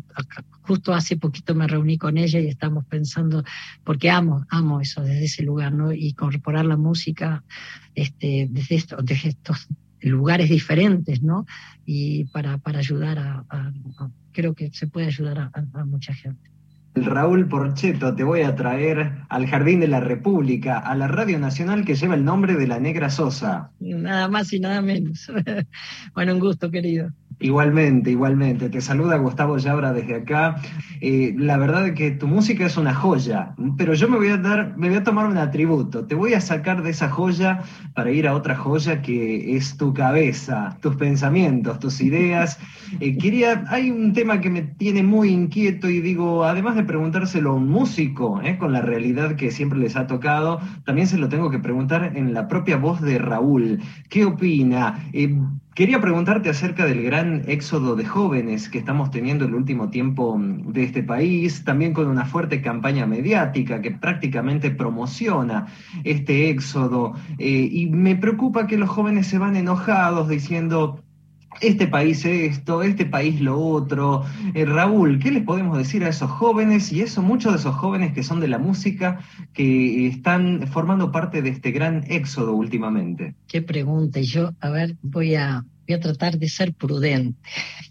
justo hace poquito me reuní con ella y estamos pensando, porque amo, amo eso desde ese lugar, ¿no? Y incorporar la música este, desde, esto, desde estos lugares diferentes, ¿no? Y para, para ayudar a, a, a, creo que se puede ayudar a, a, a mucha gente. Raúl Porchetto, te voy a traer al Jardín de la República, a la Radio Nacional que lleva el nombre de la Negra Sosa. Nada más y nada menos. Bueno, un gusto, querido. Igualmente, igualmente. Te saluda Gustavo Yabra desde acá. Eh, la verdad es que tu música es una joya, pero yo me voy a dar, me voy a tomar un atributo. Te voy a sacar de esa joya para ir a otra joya que es tu cabeza, tus pensamientos, tus ideas. Eh, quería, hay un tema que me tiene muy inquieto y digo, además de preguntárselo a un músico, eh, con la realidad que siempre les ha tocado, también se lo tengo que preguntar en la propia voz de Raúl. ¿Qué opina? Eh, Quería preguntarte acerca del gran éxodo de jóvenes que estamos teniendo el último tiempo de este país, también con una fuerte campaña mediática que prácticamente promociona este éxodo. Eh, y me preocupa que los jóvenes se van enojados diciendo, este país esto, este país lo otro. Eh, Raúl, ¿qué les podemos decir a esos jóvenes y eso, muchos de esos jóvenes que son de la música, que están formando parte de este gran éxodo últimamente? Qué pregunta. Y yo, a ver, voy a, voy a tratar de ser prudente.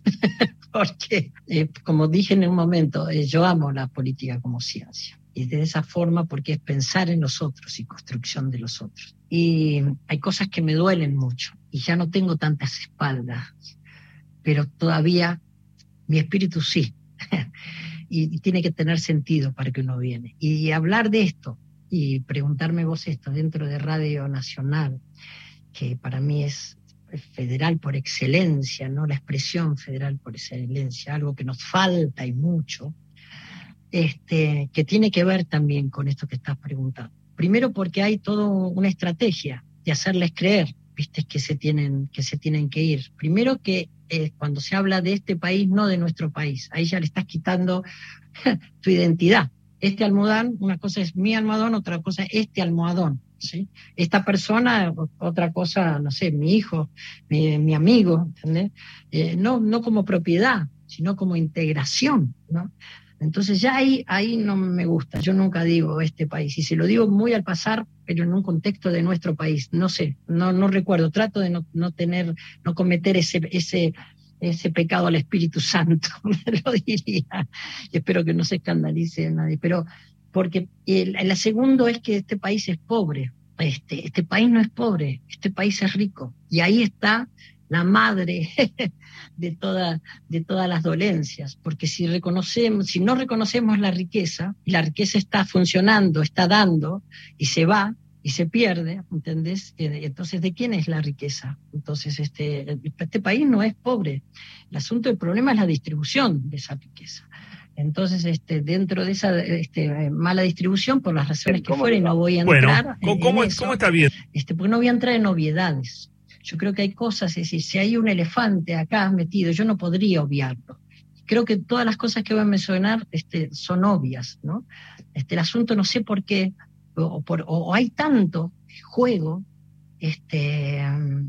Porque, eh, como dije en un momento, eh, yo amo la política como ciencia. Y de esa forma, porque es pensar en los otros y construcción de los otros. Y hay cosas que me duelen mucho y ya no tengo tantas espaldas, pero todavía mi espíritu sí. y, y tiene que tener sentido para que uno viene. Y hablar de esto y preguntarme vos esto dentro de Radio Nacional, que para mí es federal por excelencia, ¿no? La expresión federal por excelencia, algo que nos falta y mucho. Este, que tiene que ver también con esto que estás preguntando. Primero porque hay toda una estrategia de hacerles creer, viste, que se tienen que, se tienen que ir. Primero que eh, cuando se habla de este país, no de nuestro país, ahí ya le estás quitando tu identidad. Este almohadón, una cosa es mi almohadón, otra cosa es este almohadón, ¿sí? Esta persona, otra cosa, no sé, mi hijo, mi, mi amigo, ¿entendés? Eh, no, no como propiedad, sino como integración, ¿no? Entonces ya ahí, ahí no me gusta. Yo nunca digo este país, y se lo digo muy al pasar, pero en un contexto de nuestro país. No sé, no, no recuerdo. Trato de no, no tener, no cometer ese, ese, ese pecado al Espíritu Santo, lo diría. Y espero que no se escandalice nadie. Pero porque el, el segundo es que este país es pobre. Este, este país no es pobre, este país es rico. Y ahí está la madre de, toda, de todas las dolencias, porque si reconocemos, si no reconocemos la riqueza, y la riqueza está funcionando, está dando, y se va, y se pierde, ¿entendés? Entonces, ¿de quién es la riqueza? Entonces, este, este país no es pobre. El asunto, el problema es la distribución de esa riqueza. Entonces, este, dentro de esa este, mala distribución, por las razones que fueren, no voy a entrar bueno, en, ¿cómo, en eso, ¿cómo está bien? Este, porque no voy a entrar en obviedades. Yo creo que hay cosas, es decir, si hay un elefante acá metido, yo no podría obviarlo. Creo que todas las cosas que voy a mencionar este, son obvias, ¿no? Este, el asunto no sé por qué, o, por, o hay tanto juego este,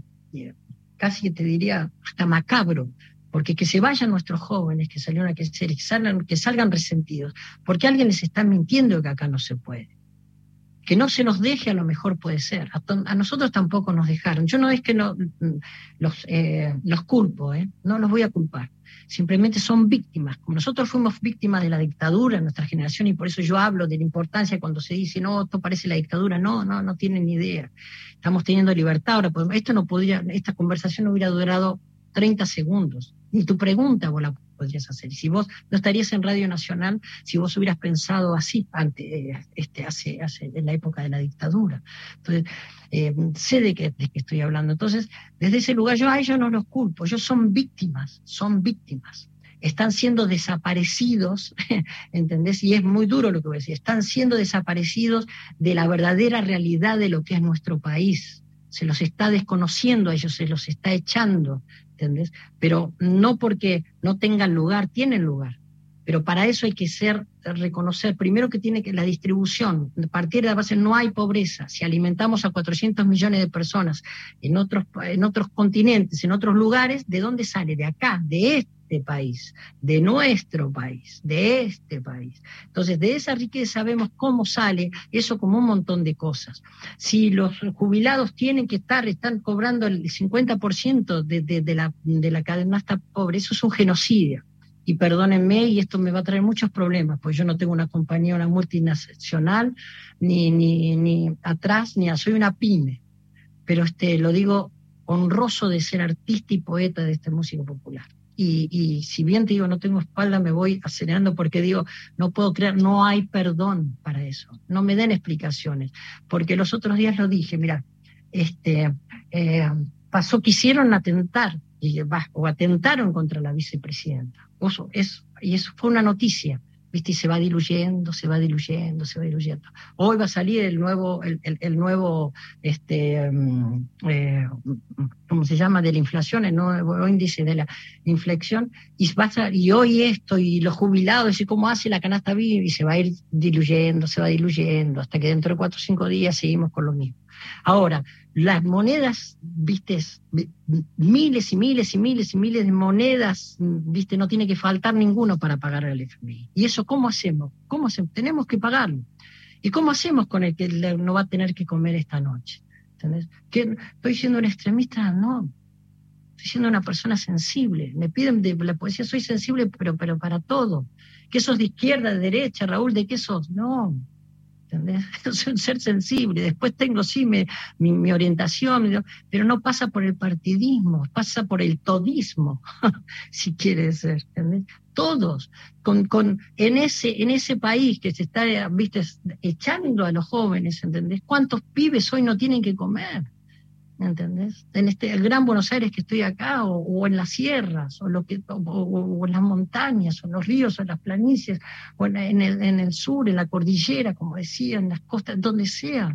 casi que te diría hasta macabro, porque que se vayan nuestros jóvenes que salieron a crecer, que salgan, que salgan resentidos, porque alguien les está mintiendo que acá no se puede. Que no se nos deje, a lo mejor puede ser. A, a nosotros tampoco nos dejaron. Yo no es que no, los, eh, los culpo, ¿eh? No los voy a culpar. Simplemente son víctimas. Como nosotros fuimos víctimas de la dictadura en nuestra generación, y por eso yo hablo de la importancia cuando se dice, no, esto parece la dictadura. No, no, no tienen ni idea. Estamos teniendo libertad ahora. Esto no podría, esta conversación no hubiera durado treinta segundos. Ni tu pregunta vos la podrías hacer. Y si vos no estarías en Radio Nacional, si vos hubieras pensado así ante, este, hace, hace, en la época de la dictadura. Entonces, eh, sé de qué, de qué estoy hablando. Entonces, desde ese lugar, yo a ellos no los culpo. Ellos son víctimas, son víctimas. Están siendo desaparecidos, ¿entendés? Y es muy duro lo que voy a decir. Están siendo desaparecidos de la verdadera realidad de lo que es nuestro país. Se los está desconociendo a ellos, se los está echando, ¿entendés? Pero no porque no tengan lugar, tienen lugar. Pero para eso hay que ser, reconocer, primero que tiene que la distribución, a partir de la base no hay pobreza. Si alimentamos a cuatrocientos millones de personas en otros, en otros continentes, en otros lugares, ¿de dónde sale? De acá, de este país, de nuestro país, de este país. Entonces, de esa riqueza vemos cómo sale eso, como un montón de cosas. Si los jubilados tienen que estar, están cobrando el cincuenta por ciento de, de, de la, de la canasta pobre, eso es un genocidio. Y perdónenme, y esto me va a traer muchos problemas, pues yo no tengo una compañía, una multinacional, ni, ni, ni atrás, ni a, soy una pyme. Pero este, lo digo honroso de ser artista y poeta de este músico popular. Y, y si bien te digo, no tengo espalda, me voy acelerando porque digo, no puedo creer, no hay perdón para eso. No me den explicaciones. Porque los otros días lo dije, mira, este, eh, pasó, quisieron atentar, y, o atentaron contra la vicepresidenta. Eso, eso, y eso fue una noticia, ¿viste? Y se va diluyendo, se va diluyendo, se va diluyendo. Hoy va a salir el nuevo, el, el, el nuevo, este, um, eh, ¿cómo se llama? De la inflación, el nuevo índice de la inflación, y va a, y hoy esto, y los jubilados, y cómo hace la canasta viva, y se va a ir diluyendo, se va diluyendo, hasta que dentro de cuatro o cinco días seguimos con lo mismo. Ahora, las monedas, viste, miles y miles y miles y miles de monedas, viste, no tiene que faltar ninguno para pagar al F M I. ¿Y eso cómo hacemos? ¿Cómo hacemos? Tenemos que pagarlo. ¿Y cómo hacemos con el que no va a tener que comer esta noche? ¿Entendés? ¿Que estoy siendo un extremista? No. Estoy siendo una persona sensible. Me piden de la poesía, soy sensible, pero, pero para todo. ¿Qué sos de izquierda, de derecha, Raúl? ¿De qué sos? No. ¿Entendés? Soy un ser sensible. Después tengo, sí, me, mi, mi orientación, pero no pasa por el partidismo, pasa por el todismo, si quiere ser, ¿entendés? Todos, con, con, en, ese, en ese país que se está, viste, echando a los jóvenes, ¿entendés? ¿Cuántos pibes hoy no tienen que comer? ¿Entendés? En este, el Gran Buenos Aires que estoy acá, o, o en las sierras, o, lo que, o, o en las montañas, o en los ríos, o en las planicies, o en, en, el, en el sur, en la cordillera, como decía, en las costas, donde sea.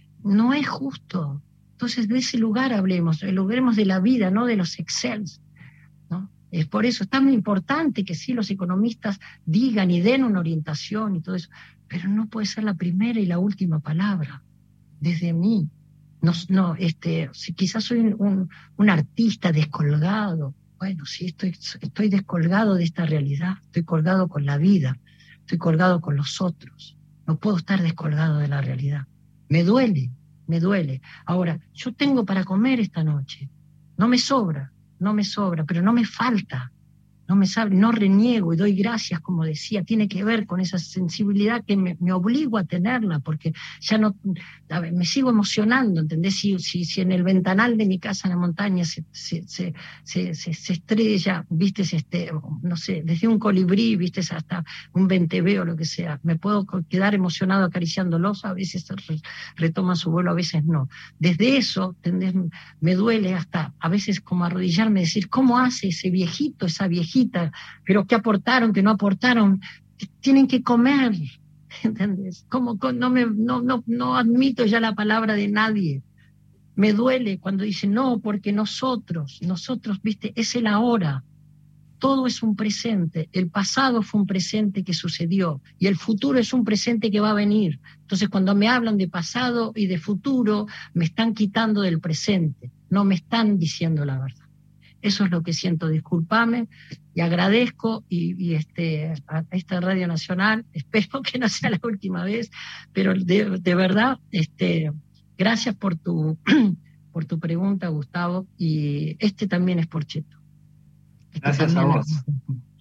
No es justo. Entonces, de ese lugar hablemos, hablemos de la vida, no de los excels, ¿no? Es por eso es tan importante que sí los economistas digan y den una orientación y todo eso, pero no puede ser la primera y la última palabra, desde mí. No, no, este, si quizás soy un, un, un artista descolgado. Bueno, sí, estoy, estoy descolgado de esta realidad, estoy colgado con la vida, estoy colgado con los otros. No puedo estar descolgado de la realidad. Me duele, me duele. Ahora, yo tengo para comer esta noche. No me sobra, no me sobra, pero no me falta. No me sabe, no reniego y doy gracias, como decía, tiene que ver con esa sensibilidad que me, me obligo a tenerla, porque ya no, a ver, me sigo emocionando, ¿entendés? Si, si, si en el ventanal de mi casa en la montaña se, se, se, se, se, se estrella, viste, este, no sé, desde un colibrí, viste, hasta un venteveo o lo que sea, me puedo quedar emocionado acariciándolos, a veces retoman su vuelo, a veces no. Desde eso, ¿entendés? Me duele hasta, a veces como arrodillarme y decir, ¿cómo hace ese viejito, esa viejita? Pero ¿qué aportaron, qué no aportaron? Tienen que comer, ¿entendés? ¿Cómo, no, me, no, no, no admito ya la palabra de nadie. Me duele cuando dicen, no, porque nosotros, nosotros, viste, es el ahora. todo es un presente. El pasado fue un presente que sucedió y el futuro es un presente que va a venir. Entonces, cuando me hablan de pasado y de futuro, me están quitando del presente, no me están diciendo la verdad. Eso es lo que siento, discúlpame, y agradezco y, y este, a esta Radio Nacional, espero que no sea la última vez, pero de, de verdad, este, gracias por tu, por tu pregunta, Gustavo, y este también es por Cheto. Este gracias a vos. Es...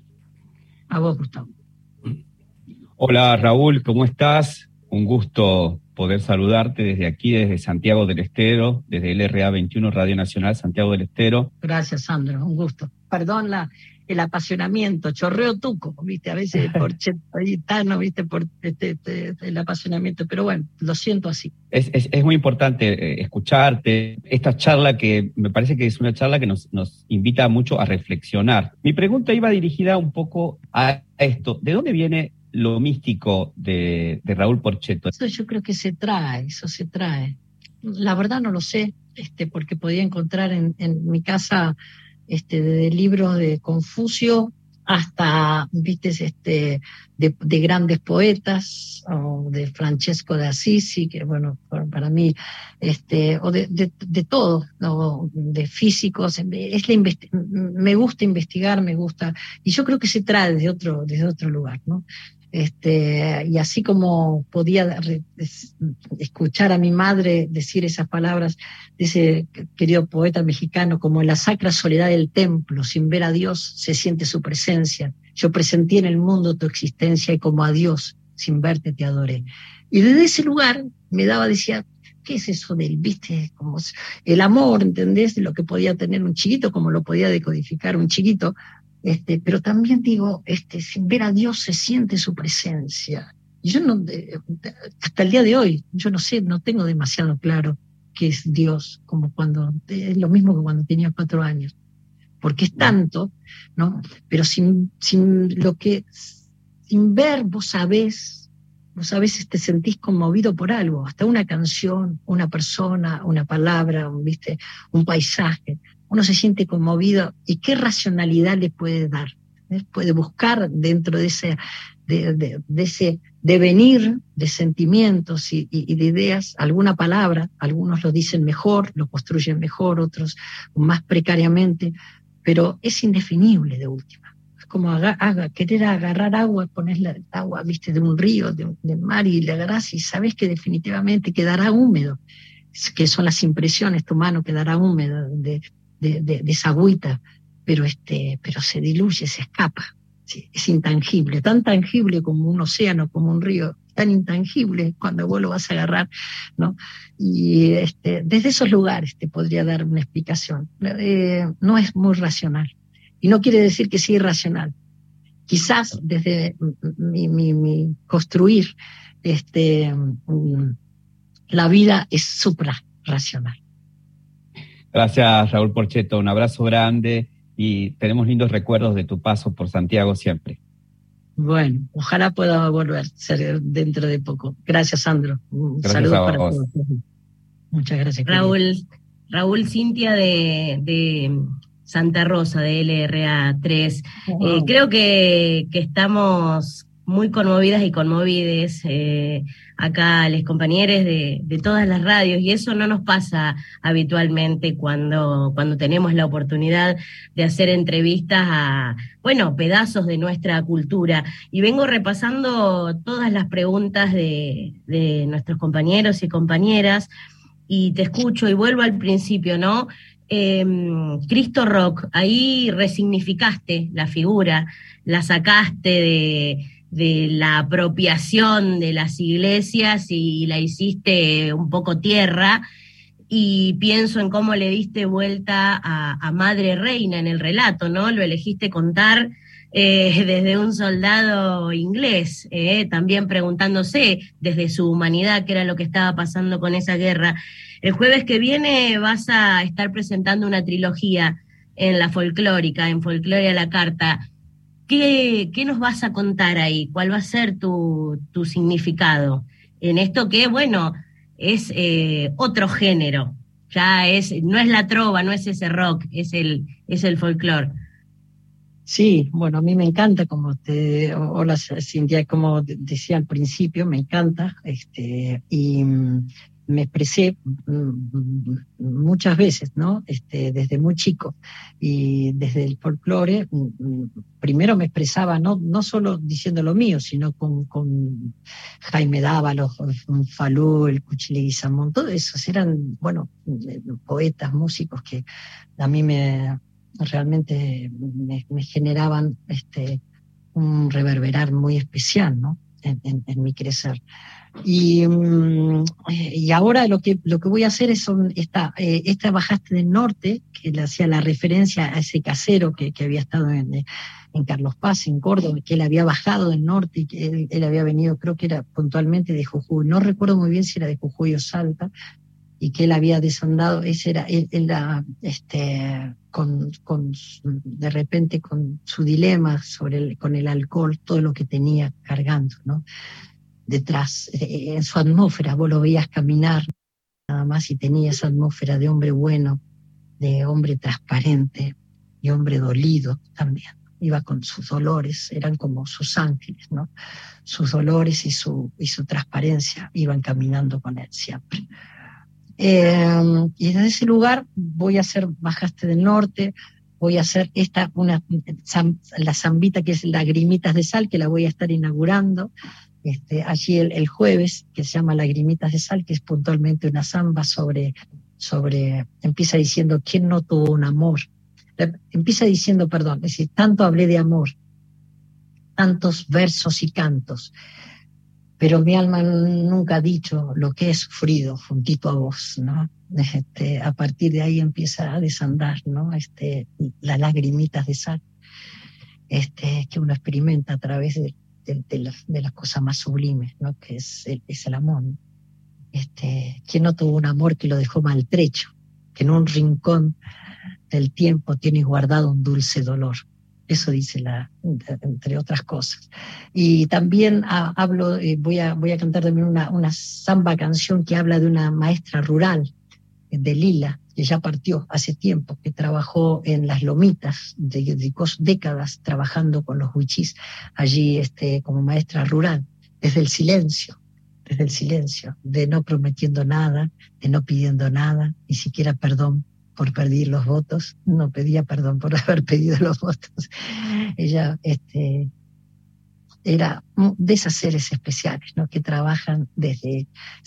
A vos, Gustavo. Hola, Raúl, ¿cómo estás? Un gusto poder saludarte desde aquí, desde Santiago del Estero, desde el R A veintiuno Radio Nacional Santiago del Estero. Gracias, Sandro, un gusto. Perdón la, el apasionamiento, chorreo tuco, viste, a veces por chetano, viste, por este, este, el apasionamiento, pero bueno, lo siento así. Es, es, es muy importante escucharte, esta charla que me parece que es una charla que nos, nos invita mucho a reflexionar. Mi pregunta iba dirigida un poco a esto, ¿de dónde viene lo místico de, de Raúl Porchetto? Eso yo creo que se trae, eso se trae. La verdad no lo sé, este, porque podía encontrar en, en mi casa este, de libros de Confucio hasta, viste, este, de, de grandes poetas, o de Francesco de Assisi, que bueno, para mí, este, o de, de, de todo, ¿no? De físicos. Es la investi- me gusta investigar, me gusta, y yo creo que se trae desde otro, desde otro lugar, ¿no? Este, y así como podía re, es, escuchar a mi madre decir esas palabras de ese querido poeta mexicano, como en la sacra soledad del templo, sin ver a Dios se siente su presencia. Yo presentí en el mundo tu existencia y como a Dios, sin verte te adoré. Y desde ese lugar me daba, decía, ¿qué es eso del, viste, como el amor, ¿entendés? De lo que podía tener un chiquito, como lo podía decodificar un chiquito. Este, pero también digo, este, sin ver a Dios se siente su presencia. Y yo no, hasta el día de hoy, yo no sé, no tengo demasiado claro qué es Dios, como cuando, es lo mismo que cuando tenía cuatro años. Porque es tanto, ¿no? Pero sin, sin lo que, sin ver, vos sabés, vos a veces te sentís conmovido por algo, hasta una canción, una persona, una palabra, un, ¿viste? Un paisaje. Uno se siente conmovido y qué racionalidad le puede dar. ¿Eh? Puede buscar dentro de ese, de, de, de ese devenir de sentimientos y, y, y de ideas alguna palabra. Algunos lo dicen mejor, lo construyen mejor, otros más precariamente, pero es indefinible de última. Es como haga, haga, querer agarrar agua, poner la agua, viste, de un río, de, del mar, y le agarrás y sabes que definitivamente quedará húmedo, que son las impresiones, tu mano quedará húmeda de De, de, de esa agüita, pero, este, pero se diluye, se escapa. Sí, es intangible, tan tangible como un océano, como un río, tan intangible cuando vos lo vas a agarrar, ¿no? Y este, desde esos lugares te podría dar una explicación. Eh, no es muy racional. Y no quiere decir que sea irracional. Quizás desde mi, mi, mi construir este, la vida es suprarracional. Gracias, Raúl Porchetto. Un abrazo grande y tenemos lindos recuerdos de tu paso por Santiago siempre. Bueno, ojalá pueda volver ser dentro de poco. Gracias, Sandro. Un gracias saludo para vos. todos. Muchas gracias. Raúl, querido. Raúl, Cintia de, de Santa Rosa, de L R A tres. Oh. Eh, creo que, que estamos muy conmovidas y conmovides eh, acá les compañeros de, de todas las radios, y eso no nos pasa habitualmente cuando, cuando tenemos la oportunidad de hacer entrevistas a, bueno, pedazos de nuestra cultura. Y vengo repasando todas las preguntas de, de nuestros compañeros y compañeras, y te escucho y vuelvo al principio, ¿no? Eh, Cristo Rock, ahí resignificaste la figura, la sacaste de de la apropiación de las iglesias y la hiciste un poco tierra, y pienso en cómo le diste vuelta a, a Madre Reina en el relato, ¿no? Lo elegiste contar eh, desde un soldado inglés, eh, también preguntándose desde su humanidad qué era lo que estaba pasando con esa guerra. El jueves que viene vas a estar presentando una trilogía en la folclórica, en Folclore a la Carta. ¿Qué, ¿Qué nos vas a contar ahí? ¿Cuál va a ser tu, tu significado? En esto que, bueno, es eh, otro género. Ya es, no es la trova, no es ese rock, es el, es el folclore. Sí, bueno, a mí me encanta, como te, hola Cintia, como decía al principio, me encanta, este, y me expresé muchas veces, ¿no? Este, desde muy chico, y desde el folclore, primero me expresaba, no, no solo diciendo lo mío, sino con, con Jaime Dávalos, Falú, el Cuchi Leguizamón, todos esos eran, bueno, poetas, músicos que a mí me realmente me, me generaban este, un reverberar muy especial, ¿no? En, en, en mi crecer. Y, y ahora lo que, lo que voy a hacer es son esta, eh, esta Bajaste del Norte, que le hacía la referencia a ese casero que, que había estado en, en Carlos Paz, en Córdoba, que él había bajado del norte y que él, él había venido, creo que era puntualmente de Jujuy, no recuerdo muy bien si era de Jujuy o Salta, y que él había desandado, ese era, él, él este, con, con, de repente con su dilema sobre el, con el alcohol, todo lo que tenía cargando, ¿no? Detrás, eh, en su atmósfera, vos lo veías caminar, nada más, y tenía esa atmósfera de hombre bueno, de hombre transparente, y hombre dolido también. Iba con sus dolores, eran como sus ángeles, ¿no? Sus dolores y su, y su transparencia iban caminando con él siempre. Eh, y desde ese lugar voy a hacer Bajaste del Norte, voy a hacer esta, una, la zambita que es Lagrimitas de Sal, que la voy a estar inaugurando este, allí el, el jueves, que se llama Lagrimitas de Sal, que es puntualmente una zamba sobre, sobre, empieza diciendo, ¿quién no tuvo un amor? Empieza diciendo, perdón, es decir, tanto hablé de amor, tantos versos y cantos, pero mi alma nunca ha dicho lo que he sufrido juntito a vos, ¿no? Este, a partir de ahí empieza a desandar, ¿no? Este, las lagrimitas de sal, este, que uno experimenta a través de, de, de, las, de las cosas más sublimes, ¿no? Que es el, es el amor, ¿no? Este, ¿quién no tuvo un amor que lo dejó maltrecho? Que en un rincón del tiempo tiene guardado un dulce dolor. Eso dice la, entre otras cosas. Y también ha, hablo, eh, voy a voy a cantar también una, una samba canción que habla de una maestra rural de Lila, que ya partió hace tiempo, que trabajó en las lomitas, de, de décadas trabajando con los huichís, allí este, como maestra rural, desde el silencio, desde el silencio, de no prometiendo nada, de no pidiendo nada, ni siquiera perdón por pedir los votos, no pedía perdón por haber pedido los votos. Ella este, era de esas seres especiales, ¿no? Que trabajan desde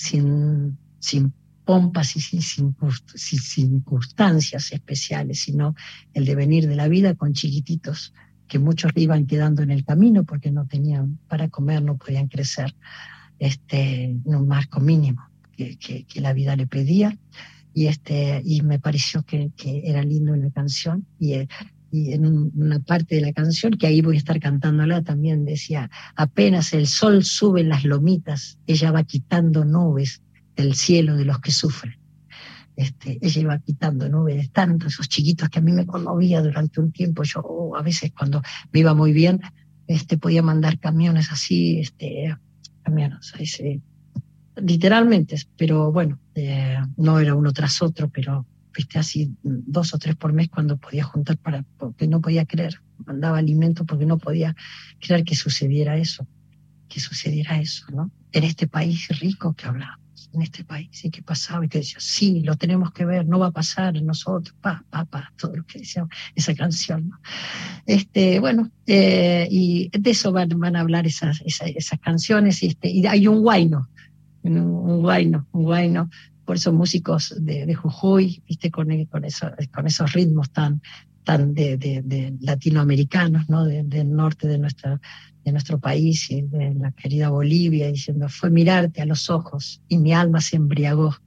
sin, sin pompas y sin, sin, sin circunstancias especiales, sino el devenir de la vida con chiquititos que muchos iban quedando en el camino porque no tenían para comer, no podían crecer este, en un marco mínimo que, que, que la vida le pedía. Y, este, y me pareció que, que era lindo en la canción, y, y en un, una parte de la canción, que ahí voy a estar cantándola, también decía, apenas el sol sube en las lomitas, ella va quitando nubes del cielo de los que sufren. Este, ella iba quitando nubes de tantos, esos chiquitos que a mí me conmovía durante un tiempo. Yo oh, a veces cuando me iba muy bien, este, podía mandar camiones así, este, camiones, ese, literalmente, pero bueno, eh, no era uno tras otro, pero viste, así dos o tres por mes cuando podía juntar, para porque no podía creer, mandaba alimento porque no podía creer que sucediera eso, que sucediera eso, ¿no? En este país rico que hablábamos, en este país, y que pasaba, y que decía, sí, lo tenemos que ver, no va a pasar en nosotros, pa, pa, pa, todo lo que decía esa canción, ¿no? Este, bueno, eh, y de eso van, van a hablar esas, esas, esas canciones, y, este, y hay un guayno, un, un guayno, un guayno, por esos músicos de, de Jujuy, viste, con, con, eso, con esos ritmos tan, tan de, de, de latinoamericanos, ¿no? De, del norte de, nuestra, de nuestro país y de la querida Bolivia, diciendo, fue mirarte a los ojos y mi alma se embriagó.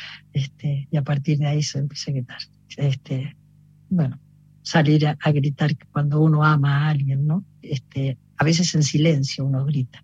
Este, y a partir de ahí se empieza a gritar. Este, bueno, salir a, a gritar cuando uno ama a alguien, ¿no? Este, a veces en silencio uno grita.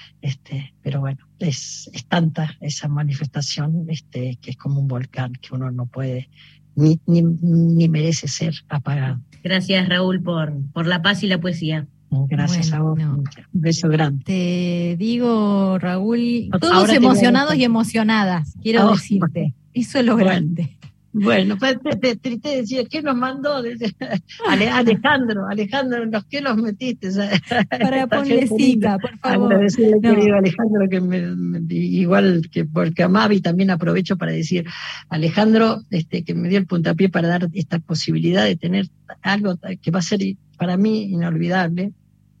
Este, pero bueno, es, es tanta esa manifestación este, que es como un volcán que uno no puede ni, ni, ni merece ser apagado. Gracias, Raúl, por, por la paz y la poesía. Gracias bueno, a vos. No. Un beso grande. Te digo, Raúl, todos Ahora emocionados y emocionadas, quiero oh, decirte. Eso es lo bueno. grande. Bueno, pues te, te, te, te decía, ¿qué nos mandó? Ale, Alejandro, Alejandro, ¿los qué nos metiste? Para ponle cita, por favor. Agradecerle, no. querido Alejandro, que me, me, igual que porque a Mavi también aprovecho para decir, Alejandro, este, que me dio el puntapié para dar esta posibilidad de tener algo que va a ser para mí inolvidable.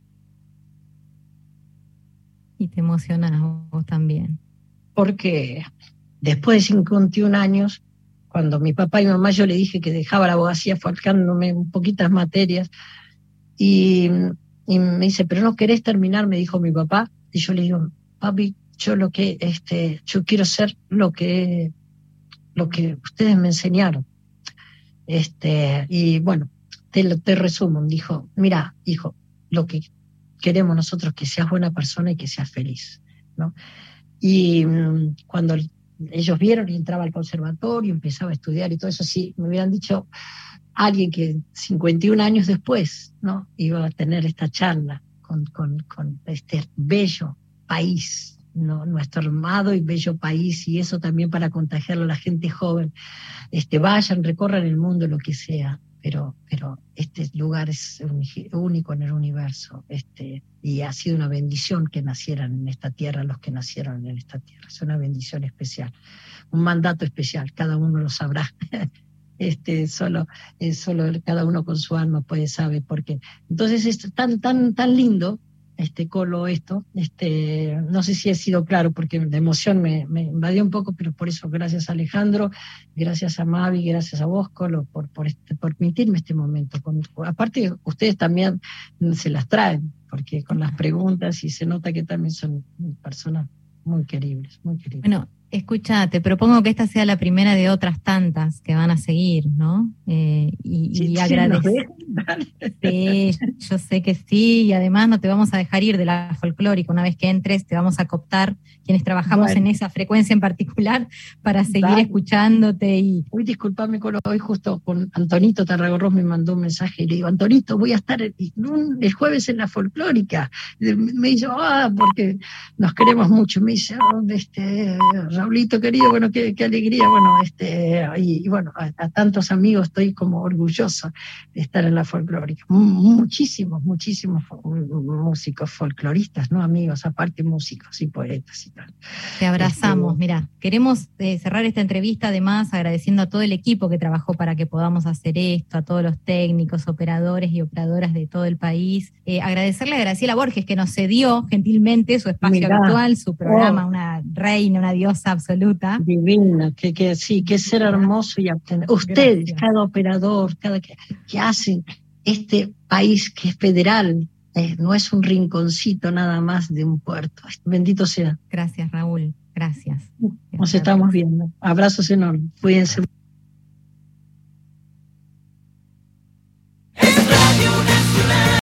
Y te emocionás vos también. Porque después de cincuenta y un años, cuando mi papá y mamá yo le dije que dejaba la abogacía faltándome un poquitas materias, y, y me dice, pero no querés terminar, me dijo mi papá, y yo le digo, papi, yo lo que, este, yo quiero ser lo que, lo que ustedes me enseñaron. Este, y bueno, te, te resumo, me dijo, mira, hijo, lo que queremos nosotros es que seas buena persona y que seas feliz, ¿no? Y um, cuando ellos vieron y entraba al conservatorio, empezaba a estudiar y todo eso, sí, me hubieran dicho alguien que cincuenta y un años después, ¿no? Iba a tener esta charla con, con, con este bello país, ¿no? Nuestro amado y bello país, y eso también para contagiarlo a la gente joven. Este, vayan, recorran el mundo, lo que sea, pero, pero este lugar es único en el universo, este, y ha sido una bendición que nacieran en esta tierra los que nacieron en esta tierra. Es una bendición especial, un mandato especial, cada uno lo sabrá. Este, solo, eh, solo cada uno con su alma puede saber por qué. Entonces es tan, tan, tan lindo, este Colo, esto, este, no sé si he sido claro porque la emoción me, me invadió un poco, pero por eso gracias a Alejandro, gracias a Mavi, gracias a vos, Colo, por, por, este, por permitirme este momento. Con, aparte, ustedes también se las traen, porque con las preguntas y se nota que también son personas muy queribles, muy queribles. Bueno, escucha, te propongo que esta sea la primera de otras tantas que van a seguir, ¿no? Eh, y sí, y sí, agradecer. Sí, yo sé que sí, y además no te vamos a dejar ir de la folclórica. Una vez que entres, te vamos a cooptar quienes trabajamos bueno. en esa frecuencia en particular para seguir Dale. escuchándote. Y Uy, disculpame, Colo, hoy justo con Antonito Tarragorros me mandó un mensaje y le digo, Antonito, voy a estar el, el jueves en la folclórica. Me dice, ah, porque nos queremos mucho. Me dice, oh, este, Raulito querido, bueno, qué, qué alegría. Bueno, este, y, y bueno, a, a tantos amigos estoy como orgulloso de estar en la folclórica. Muchísimos, muchísimos músicos folcloristas, ¿no? Amigos, aparte músicos y poetas y tal. Te abrazamos, este, mira, queremos eh, cerrar esta entrevista además agradeciendo a todo el equipo que trabajó para que podamos hacer esto, a todos los técnicos, operadores y operadoras de todo el país. Eh, agradecerle a Graciela Borges que nos cedió gentilmente su espacio Mirá. habitual, su programa, oh. una reina, una diosa absoluta. Divina, que, que sí, que ser hermoso y obtener. Ustedes, Gracias. cada operador, cada que, que hacen este país que es federal, eh, no es un rinconcito nada más de un puerto. Bendito sea. Gracias, Raúl. Gracias. Nos estamos viendo. Abrazos enormes. Cuídense.